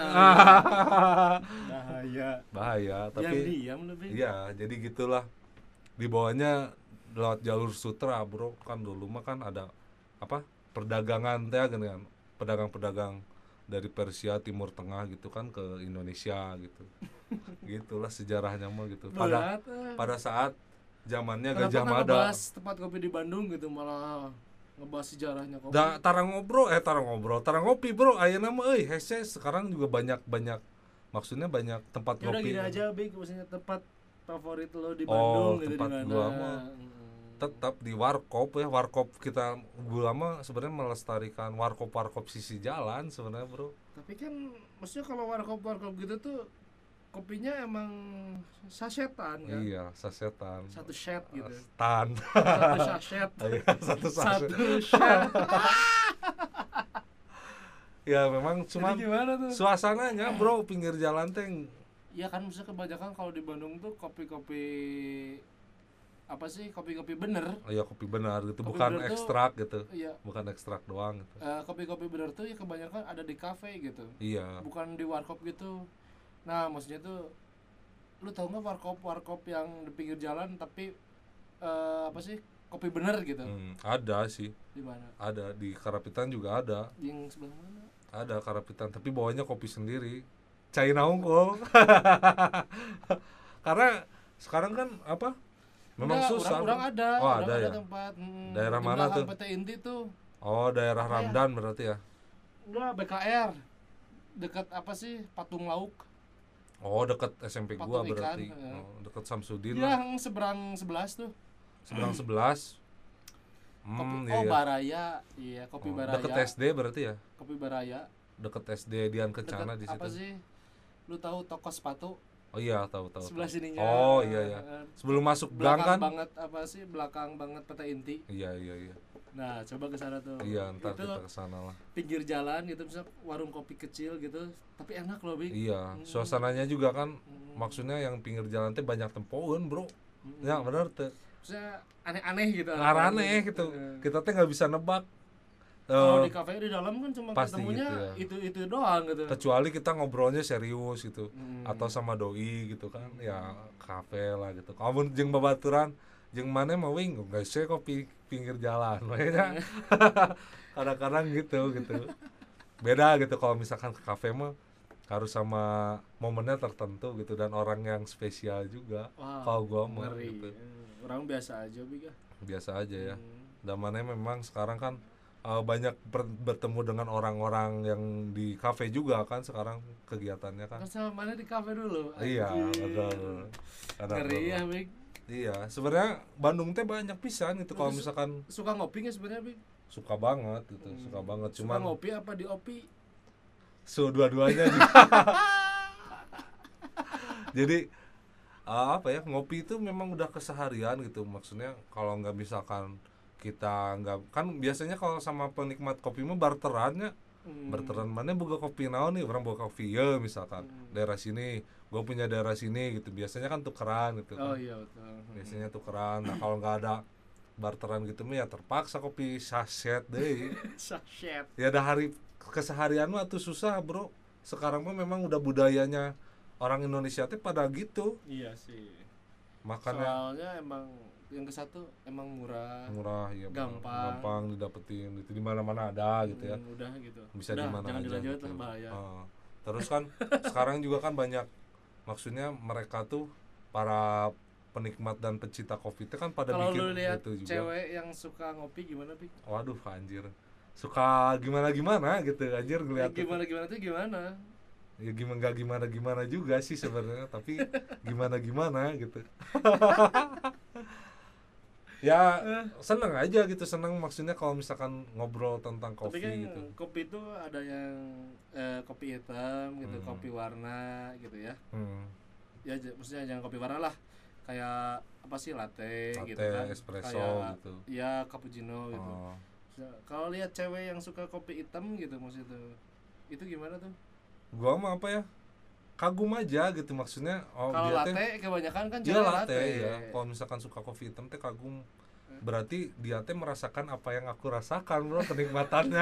Bahaya. Bahaya, Yang tapi diam lebih. iya, jadi gitulah. Di bawahnya lewat jalur sutra, Bro. Kan dulu mah kan ada apa? Perdagangan teh kan, pedagang-pedagang dari Persia Timur Tengah gitu kan ke Indonesia gitu. Gitulah sejarahnya mah gitu. Pada Berat. eh. pada saat zamannya Kenapa Gajah nggak Mada. ngebahas tempat kopi di Bandung gitu, malah ngebahas sejarahnya kopi. Da tarang ngobrol eh tarang ngobrol, tarang ngopi, Bro. Ayeuna mah euy hese sekarang juga banyak-banyak maksudnya banyak tempat Ya udah ngopi. gini aja, Big, maksudnya tempat favorit lo di Oh, Bandung gitu, tempat di mana? gua mah Hmm. Tetap di warkop ya, warkop kita gua mah sebenarnya melestarikan warkop-warkop sisi jalan sebenarnya, Bro. Tapi kan maksudnya kalau warkop-warkop gitu tuh kopinya emang sasetan kan? Iya, sasetan. Satu set gitu. Tan. Satu saset. Iya, satu saset. Satu set. Ya memang Jadi cuman gimana tuh? suasananya bro pinggir jalan teh. Iya kan, misalnya kebanyakan kalau di Bandung tuh kopi-kopi apa sih, kopi-kopi bener. Oh ya kopi benar gitu, Kopi bukan bener tuh, ekstrak gitu, iya, bukan ekstrak doang gitu. eh, kopi-kopi bener tuh ya kebanyakan ada di kafe gitu, Iya. bukan di warkop gitu. Nah maksudnya tuh, lu tau nggak warkop warkop yang di pinggir jalan tapi eh, apa sih, kopi bener gitu? Hmm, ada sih, Di mana? ada di Karapitan juga ada, Yang sebelah mana? ada Karapitan tapi bawanya kopi sendiri, China Unggul. Karena sekarang kan apa? Memang Enggak, susah. orang, orang bro. ada, Oh orang ada ada ya. tempat. Hmm, Daerah di mana belakang tuh? P T Inti tuh. Oh daerah Apa ya? Ramdan berarti ya. Enggak, B K R. Dekat apa sih? Patung Lauk. Oh deket S M P gua Patung ikan, berarti. ya. Oh, deket Samsudin lah. Yang seberang sebelas tuh. Seberang sebelas. Kopi, Hmm, oh iya, iya. Baraya. Iya, kopi Oh, Baraya. deket S D berarti ya. Kopi Baraya. Deket S D Dian Kencana Dekat di situ. apa sih? Lu tahu toko sepatu? Oh iya tahu tahu. Sebelah tahu. sininya. Oh iya iya. eh, Sebelum masuk gang Belakang kan? banget apa sih? Belakang banget P T Inti. Iya iya iya. Nah, coba ke sana tuh. Iya ntar Itu kita kesana lah. pinggir jalan gitu, misalnya warung kopi kecil gitu, tapi enak loh, Bik. Iya, Hmm. suasananya juga kan Hmm. maksudnya yang pinggir jalan teh banyak tempoeun, Bro. Hmm. Ya bener teh. Maksudnya aneh-aneh gitu. Ngarane gitu. Eh. Kita teh nggak bisa nebak. Kalau Eh, di kafe di dalam kan cuma pasti ketemunya gitu ya. itu itu doang gitu. kecuali kita ngobrolnya serius gitu. Hmm. Atau sama doi gitu kan. Ya kafe lah gitu. Kamu jeung babaturan jeung maneh mah wing guys saya kopi pinggir jalan. Makanya kadang-kadang gitu gitu. Beda gitu kalau misalkan ke kafe mah harus sama momennya tertentu gitu dan orang yang spesial juga. Wah, Kalau gua mah ngeri. gitu. Eh, Orang biasa aja, Bik. Biasa aja ya. Hmm. Dan mana memang sekarang kan uh, banyak ber- bertemu dengan orang-orang yang di kafe juga kan sekarang kegiatannya kan. Kan sama mana di kafe dulu? Iya, Anjir. betul. Kadang- Ngeri ya, Bik. Iya, sebenarnya Bandung teh banyak pisan gitu kalau Terus- misalkan Suka ngopi nggak sebenarnya, Bik? suka banget gitu, Hmm. suka banget Suka cuman ngopi apa di opi? so dua-duanya juga. Jadi uh, apa ya, ngopi itu memang udah keseharian gitu. Maksudnya kalau nggak misalkan kita nggak kan biasanya kalau sama penikmat kopi mah barterannya Hmm. berteran mana boga kopi naon nih orang boga kopi ya misalkan Hmm. daerah sini gue punya daerah sini gitu biasanya kan tukeran gitu Oh kan iya betul. biasanya tukeran. Nah kalau nggak ada barteran gitu mah ya terpaksa kopi saset deh. Sachet. Ya ada hari keseharian mah tuh susah bro. Sekarang mah memang udah budayanya orang Indonesia teh pada gitu Iya sih. makanya Soalnya emang yang ke satu emang murah. murah ya benar. Gampang. gampang didapetin itu di mana mana ada gitu ya. Hmm, udah gitu. Bisa Udah, di mana jangan aja dilanjut gitu. lah, bahaya. Ah, terus kan sekarang juga kan banyak maksudnya mereka tuh para penikmat dan pecinta kopi itu kan pada Kalau bikin lu lihat gitu juga. cewek yang suka ngopi gimana, Pik? Waduh anjir. Suka gimana gimana gitu anjir Ya, ngeliat. gimana gimana tuh gimana? Ya gimana gak gimana gimana juga sih sebenarnya tapi gimana gimana gitu. Ya seneng aja gitu, seneng maksudnya kalau misalkan ngobrol tentang Tapi kopi kan gitu. kopi itu ada yang eh, kopi hitam gitu, Hmm. kopi warna gitu ya. Hmm. Ya j- maksudnya jangan kopi warna lah. Kayak apa sih latte, gitu Latte, kan. espresso Kayak, gitu. ya cappuccino gitu. Oh. Ya, kalau lihat cewek yang suka kopi hitam gitu maksudnya itu gimana tuh? Gua mah apa ya? Kagum aja gitu maksudnya. Oh, Kalau dia teh latte kebanyakan kan dia cewek latte ya. Kalau misalkan suka kopi hitam teh kagum. Berarti dia teh merasakan apa yang aku rasakan, bro, kenikmatannya.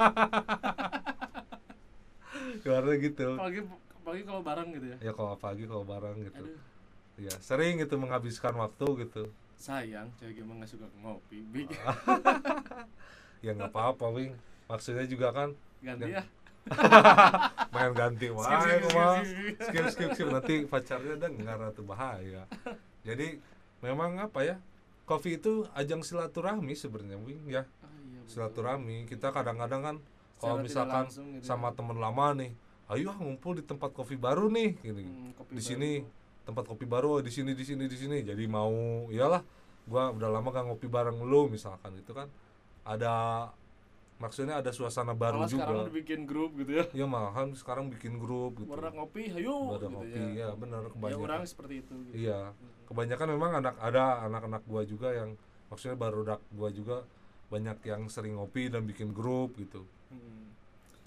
Karena gitu. Apalagi apalagi kalau bareng gitu ya. Ya kalau pagi kalau bareng gitu. Aduh, Ya, sering gitu menghabiskan waktu gitu. sayang cewek gimana nggak suka ngopi. Big. Ya nggak apa-apa, Wing. Maksudnya juga kan Ganti ya. main ganti Skip, wae skip, skip, mah. skip, skip. Skip skip skip nanti pacarnya dengar atau bahaya. Jadi memang apa ya? Kopi itu ajang silaturahmi sebenarnya, Wing ya. Ah, iya, betul. Silaturahmi. Kita kadang-kadang kan Secara kalau tidak misalkan langsung gitu sama ya. teman lama nih, ayo ah ngumpul di tempat kopi baru nih gini. Hmm, kopi Di baru. sini tempat kopi baru di sini di sini di sini. Jadi mau iyalah gua udah lama gak ngopi bareng lu misalkan itu kan ada maksudnya ada suasana baru Malah sekarang juga. udah bikin grup gitu ya. Ya malahan sekarang bikin grup gitu. Warna ngopi, hayu Ada gitu kopi, ya. ya benar Ya kebanyakan. orang seperti itu gitu. Iya, kebanyakan memang anak ada anak-anak gua juga yang maksudnya baru dak gua juga banyak yang sering ngopi dan bikin grup gitu. Hmm.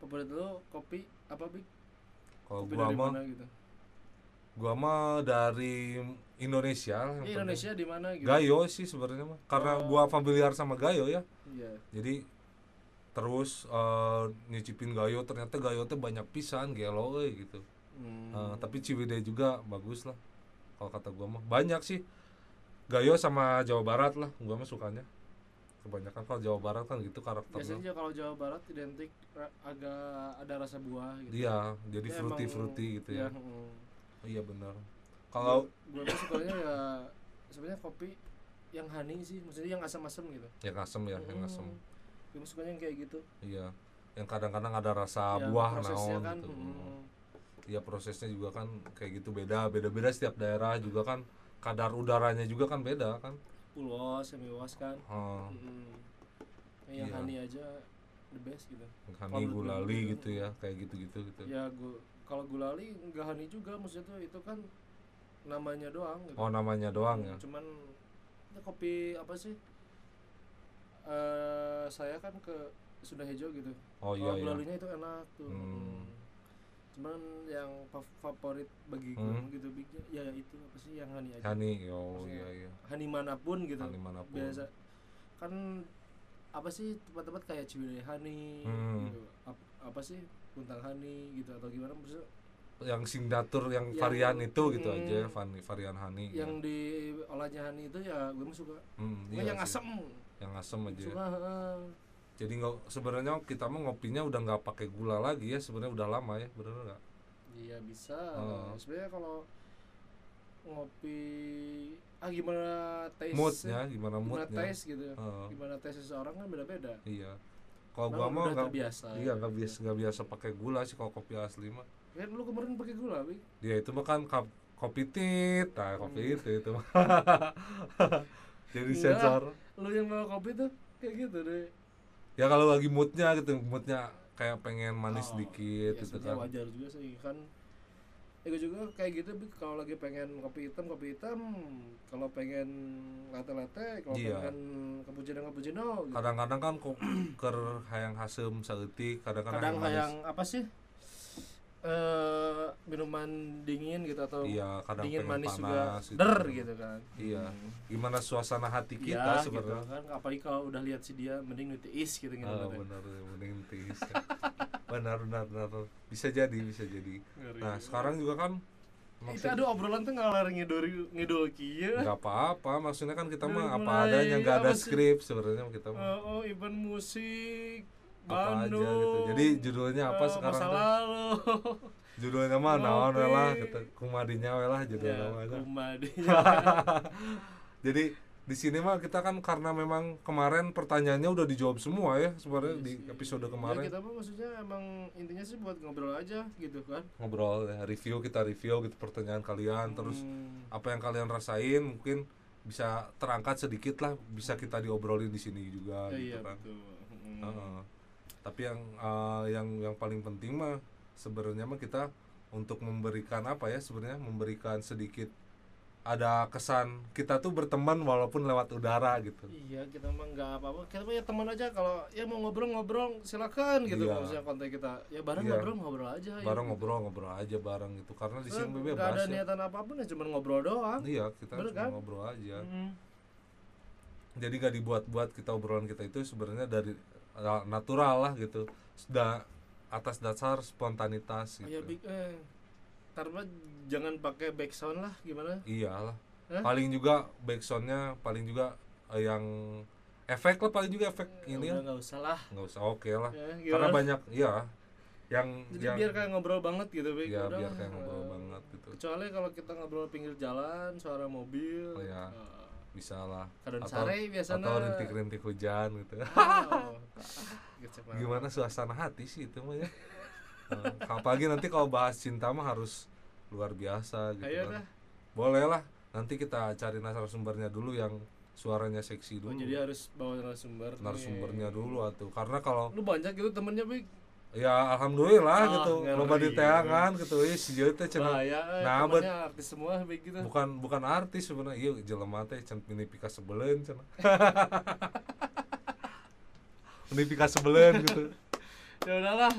Favorit lu kopi apa, Bik? Kalau Kopi gua dari mah mana gitu? gua mah dari Indonesia lah yang Ya, penting. Indonesia di mana gitu? Gayo sih sebenarnya mah. Karena Oh. gua familiar sama Gayo ya. Iya. Jadi terus eh, nyicipin Gayo, ternyata Gayo teh banyak pisan gelo euy gitu. Hmm. Eh, tapi Ciwidey juga bagus lah. Kalau kata gua mah banyak sih. Gayo sama Jawa Barat lah, gua mah sukanya. Kebanyakan kalau Jawa Barat kan gitu karakternya. Biasanya kalau Jawa Barat identik ra- agak ada rasa buah gitu. Iya, jadi Ya, fruity emang- fruity gitu ya. mm. Iya benar. Kalau gue tuh sukanya ya sebenarnya kopi yang honey sih, maksudnya yang asam-asam gitu. yang asem ya, yang asem. Gue sukanya yang kayak gitu. Iya. Yang kadang-kadang ada rasa Ya, buah prosesnya naon kan, gitu. mm. Iya, prosesnya juga kan kayak gitu beda, beda-beda setiap daerah juga kan kadar udaranya juga kan beda kan. Ulos, semi ulos kan. Oh, Mm. Yang Iya. honey aja the best gitu. honey Kalau menurut gulali gue gitu ya, kayak gitu-gitu gitu. Ya gue kalau gulali enggak honey juga, maksudnya tuh itu kan namanya doang gitu. Oh, namanya doang ya. Cuman ya kopi apa sih? Eh saya kan ke Sunda Hejo gitu. Oh iya Kalau iya. gulalinya itu enak tuh. Hmm. Cuman yang fa- favorit bagi gue Hmm. gitu Big, ya itu apa sih yang honey aja. Honey, oh Maksudnya, iya iya. Honey manapun gitu. Honey manapun. Biasa kan apa sih tempat-tempat kayak Ciwidey honey Hmm. gitu. Ap- apa sih Kuntang honey gitu atau gimana maksudnya Yang signatur yang Yang- varian itu gitu hmm. aja, vari- varian honey. yang ya. di olahnya honey itu ya gue mah suka. Hmm, Gue iya yang sih. asem Yang asem aja. suka. heeh. Jadi nggak, sebenarnya kita mah ngopinya udah nggak pakai gula lagi ya, sebenarnya udah lama ya, bener nggak? Iya bisa. Oh. Sebenarnya kalau ngopi ah gimana taste Moodnya gimana gimana moodnya? taste gitu. Oh, Gimana taste seseorang kan beda-beda. iya. Kalau Nah, gua mah udah nggak terbiasa. iya nggak biasa nggak biasa pakai gula sih kalau kopi asli mah. Kan lu kemarin pakai gula, Bik. Dia itu mah kan kap- kopi tit, nah kopi Hmm. itu itu mah. Jadi Enggak. sensor. Lu yang bawa kopi tuh kayak gitu deh. Ya kalau lagi moodnya gitu, moodnya kayak pengen manis Oh, sedikit ya, gitu sebenarnya kan. wajar juga sih kan. Ya gue juga kayak gitu, Bik. Kalau lagi pengen kopi hitam, kopi hitam. Kalau pengen latte-latte, kalau Iya. pengen cappuccino, cappuccino gitu. Kadang-kadang kan kok ker hayang hasem saeutik, kadang-kadang Kadang hayang yang apa sih? Eh minuman dingin gitu atau Iya, kadang dingin pengen manis juga panas gitu. der gitu kan. Iya. Hmm. Gimana suasana hati kita Ya, sebenarnya. gitu kan. Apalagi kalau udah lihat si dia mending nu is gitu gitu. Ah, benar mending tis. benar benar benar. Bisa jadi, bisa jadi. Nah, sekarang juga kan itu aduh obrolan tuh ngalar ngidul ngidul kieu. nggak apa-apa, maksudnya kan kita Dari mah apa mulai adanya, nggak ada apa sih? skrip sebenarnya kita mah. Oh, oh, event musik Apa aja Bandung. gitu. Jadi judulnya apa eh, sekarang masa tuh? lalu. Judulnya mah naon we Ngopi. lah, kita kumadinya we lah judul Ya, namanya. kumadinya. Jadi di sini mah kita kan karena memang kemarin pertanyaannya udah dijawab semua ya sebenarnya Iya di sih. episode Ya, kemarin. kita mah maksudnya emang intinya sih buat ngobrol aja gitu kan. Ngobrol ya, review kita review gitu pertanyaan kalian, terus Hmm. apa yang kalian rasain mungkin bisa terangkat sedikit lah, bisa kita diobrolin di sini juga Ya, gitu iya kan. betul. Hmm. Heeh. Tapi yang eh, yang yang paling penting mah sebenarnya mah kita untuk memberikan apa ya, sebenarnya memberikan sedikit ada kesan kita tuh berteman walaupun lewat udara gitu. Iya, kita mah nggak apa-apa. Kita mah ya teman aja, kalau ya mau ngobrol-ngobrol silakan gitu. Iya. Maksudnya konten kita. Ya bareng Iya. ngobrol-ngobrol aja. Bareng gitu. ngobrol-ngobrol aja bareng gitu, karena di sini Nggak bebas ada ya. niatan apapun ya, cuma ngobrol doang. Iya, kita Bener cuma kan? ngobrol aja. Mm. Jadi gak dibuat-buat, kita obrolan kita itu sebenarnya dari uh, natural lah gitu, sudah atas dasar spontanitas Oh ya, gitu. Big, eh. Ntar mah jangan pakai backsound lah, gimana? Iyalah. Hah? Paling juga backsoundnya paling juga eh, yang efek lah, paling juga efek Ya ini udah ya nggak usah lah. nggak usah, oke lah. Ya, Karena gimana? banyak ya yang Jadi yang biar kayak ngobrol banget gitu, Big. ya Udah, biar kayak ngobrol eh, banget gitu. Kecuali kalau kita ngobrol pinggir jalan, suara mobil. Oh ya. eh, Bisa lah. Kadang Atau- sare biasanya. Atau rintik-rintik hujan gitu. Oh, gecek banget. Gimana suasana hati sih itu mah ya. Eh, apalagi nanti kalau bahas cinta mah harus luar biasa gitu Ayo kan. dah. Boleh lah, nanti kita cari narasumbernya dulu yang suaranya seksi Oh, dulu. jadi harus bawa narasumber. narasumbernya nih. dulu atuh. Karena kalau Lu banyak gitu temennya, Big. ya alhamdulillah Ah, gitu, ngeri. loba di teangan gitu, wis ieu teh cenah. Bahaya, eh, Nah, temennya artis semua, Big gitu. Bukan bukan artis sebenarnya, ieu jelema teh cenah mini pika sebeleun cenah. Mini pika sebeleun gitu. Ya udahlah.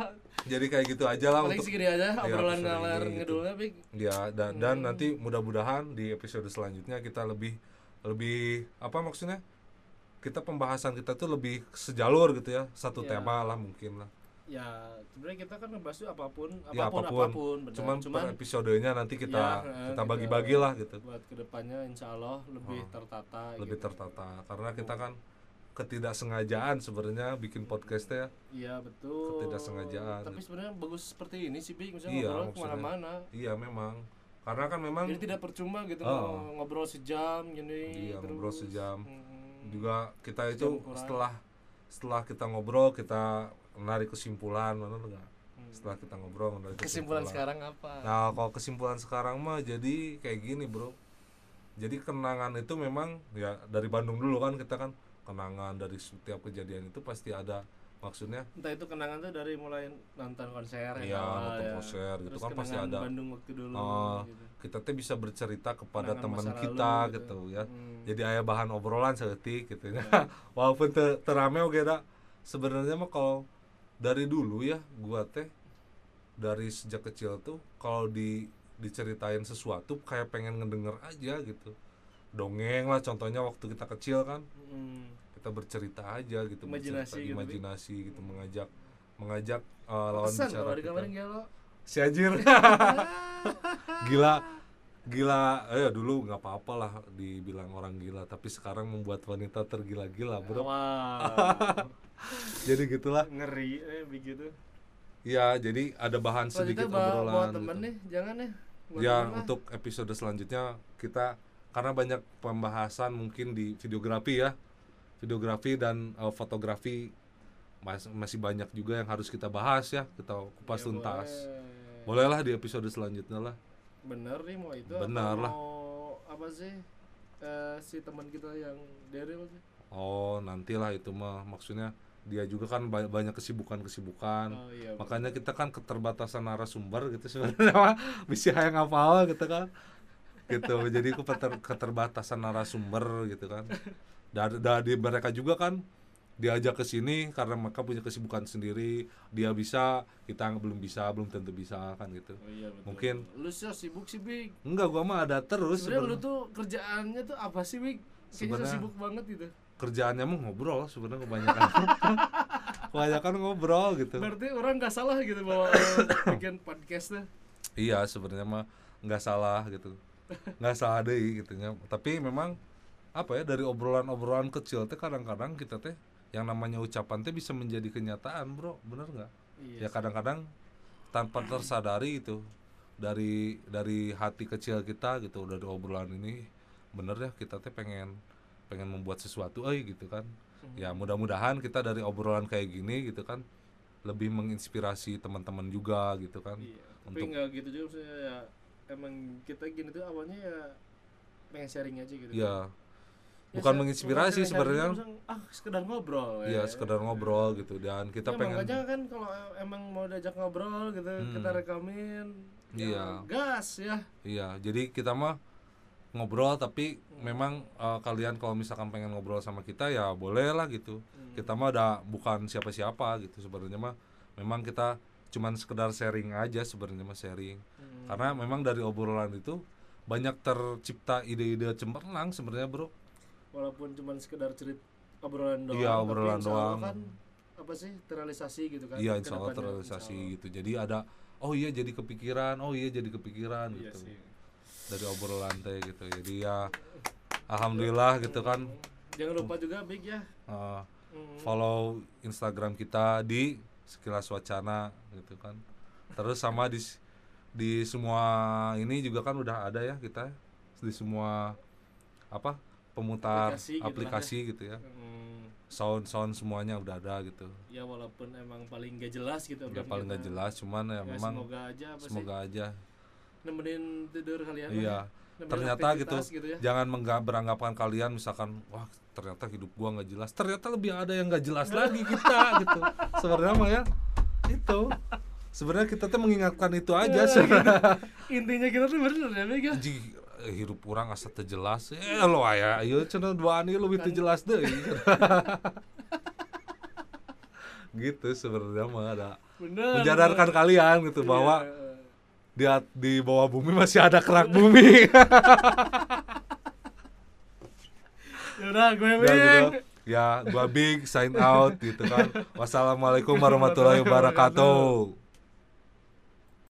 Jadi kayak gitu aja lah paling untuk segini aja ya, obrolan episode ngalar ini, gitu. ngedulnya Big. Ya dan dan Hmm. nanti mudah-mudahan di episode selanjutnya kita lebih lebih apa maksudnya? Kita pembahasan kita tuh lebih sejalur gitu ya, satu Ya. tema lah mungkin lah. Ya sebenarnya kita kan ngebahas tuh apapun Ya, apapun apapun. apapun benar. Cuman, Cuman per episodenya nanti kita ya, kita kita bagi-bagi lah gitu. buat kedepannya insya Allah lebih Oh, tertata lebih gitu. tertata karena kita kan ketidaksengajaan sebenarnya bikin podcastnya. Iya betul. Ketidaksengajaan Tapi gitu. sebenarnya bagus seperti ini sih Big, misalnya Iya, ngobrol maksudnya. kemana-mana. Iya memang karena kan memang Jadi tidak percuma gitu Oh. mau ngobrol sejam gini. Iya, terus. ngobrol sejam. Hmm. juga kita Sejam itu kurang. setelah setelah kita ngobrol kita menarik kesimpulan, benar nggak? Hmm. Setelah kita ngobrol menarik Kesimpulan kesimpulan. sekarang apa? Nah, kalau kesimpulan sekarang mah jadi kayak gini, Bro. Jadi kenangan itu memang ya dari Bandung dulu kan kita kan kenangan dari setiap kejadian itu pasti ada maksudnya. Entah itu kenangan tuh dari mulai nonton konser Iya, awal nonton ya. konser gitu Terus kan pasti kenangan ada. Bandung waktu dulu Oh, gitu. kita tuh bisa bercerita kepada Kenangan teman masa kita lalu gitu, gitu. ya. Hmm. Jadi aya bahan obrolan seetik gitu ya. Ya. Walaupun te, terame oke dah. Sebenarnya mah kalau dari dulu ya gua teh dari sejak kecil tuh kalau di diceritain sesuatu kayak pengen ngedenger aja gitu. Dongeng lah contohnya waktu kita kecil kan Hmm. kita bercerita aja gitu, Imajinasi bercerita, gitu, imajinasi gitu, mengajak mengajak uh, lawan Pesan bicara kalau di kita. kemarin gelo. Si anjir. Gila gila eh dulu nggak apa-apa lah dibilang orang gila tapi sekarang membuat wanita tergila-gila bro. Wow. Jadi gitulah Ngeri eh begitu. ya, jadi ada bahan Selanjutnya sedikit bawa, obrolan bawa gitu. temen nih, jangan nih. Bawa Ya temen lah. untuk episode selanjutnya kita karena banyak pembahasan mungkin di videografi ya videografi dan uh, fotografi mas- masih banyak juga yang harus kita bahas ya, kita kupas Ya, tuntas. boleh. Bolehlah di episode selanjutnya lah. Bener nih mau itu Bener atau lah. mau apa sih eh, si teman kita yang Daryl sih? Oh nantilah itu mah maksudnya dia juga kan ba- banyak kesibukan-kesibukan. Oh iya. Makanya bener. kita kan keterbatasan narasumber gitu sebenarnya mah bisa hayang ngapal gitu kan. Gitu. Jadi keter- keterbatasan narasumber gitu kan. Dan dari mereka juga kan diajak ke sini karena mereka punya kesibukan sendiri. Dia bisa, kita belum bisa, belum tentu bisa kan gitu. Oh iya betul. Mungkin Lu sih sibuk sih Big. enggak, gua mah ada terus Sebenarnya lu sebenarnya. tuh kerjaannya tuh apa sih Big? Kayaknya tuh Sebenarnya- sibuk banget gitu. Kerjaannya mah ngobrol sebenarnya kebanyakan. Kebanyakan ngobrol gitu. Berarti orang nggak salah gitu bahwa bikin podcastnya. Iya sebenarnya mah nggak salah gitu, nggak salah deh gitu ya. Tapi memang apa ya dari obrolan-obrolan kecil teh kadang-kadang kita teh yang namanya ucapan teh bisa menjadi kenyataan bro, bener nggak? Iya Ya sih. kadang-kadang tanpa tersadari itu dari dari hati kecil kita gitu dari obrolan ini bener ya kita teh pengen pengen membuat sesuatu eh gitu kan. Ya mudah-mudahan kita dari obrolan kayak gini gitu kan lebih menginspirasi teman-teman juga gitu kan. Iya. Tapi Untuk nggak gitu juga maksudnya ya. Emang kita gini tuh awalnya ya pengen sharing aja gitu. ya Ya, bukan se- menginspirasi bukan sebenarnya. sharing, ah sekedar ngobrol Iya ya. sekedar ngobrol gitu dan kita Ya, pengen makanya kan kalau emang mau diajak ngobrol gitu Hmm. kita rekamin Iya. ya gas ya. iya jadi kita mah ngobrol tapi memang uh, kalian kalau misalkan pengen ngobrol sama kita ya boleh lah gitu. Hmm. Kita mah ada bukan siapa-siapa gitu sebenarnya mah memang kita cuman sekedar sharing aja sebenarnya mah sharing. Hmm. Karena memang dari obrolan itu banyak tercipta ide-ide cemerlang sebenarnya bro. Walaupun cuma sekedar cerit obrolan doang. Iya, tapi obrolan insya Allah doang. kan apa sih terrealisasi gitu kan. Iya ke insya Allah depannya, terrealisasi insya gitu. Jadi ada oh iya jadi kepikiran, oh iya jadi kepikiran Allah. Iya gitu. sih. Dari obrolan teh gitu. Jadi ya alhamdulillah gitu kan. Jangan lupa juga Big ya. uh, Hmm. follow Instagram kita di Sekilas Wacana gitu kan. Terus sama di di semua ini juga kan udah ada ya kita di semua apa pemutar Aplikasi gitu lah aplikasi gitu ya. Hmm. Sound sound semuanya udah ada gitu. Ya walaupun emang paling gak jelas gitu. Ya obrolan paling nggak kita. jelas cuman ya, Ya, memang semoga aja apa semoga sih aja. nemenin tidur kalian. Iya. lah. Nemenin Ternyata gitu, aktivitas gitu ya. jangan mengga- beranggapan kalian misalkan wah ternyata hidup gua nggak jelas. Ternyata lebih ada yang nggak jelas lagi kita gitu. Sebenarnya mah ya itu. Sebenarnya kita tuh mengingatkan itu aja sebenarnya. Intinya kita tuh bener ya Big ya. Anjing, eh, hirup orang asa teu jelas. Eh lo aya ieu cenah duaan ieu lebih teu jelas deui. Gitu sebenarnya mah ada Bener. menyadarkan kalian gitu Iya. bahwa di at- di bawah bumi masih ada kerak bumi. Yaudah, gue Dan Bing. gitu, ya gua Big sign out gitu kan. Wassalamualaikum warahmatullahi wabarakatuh.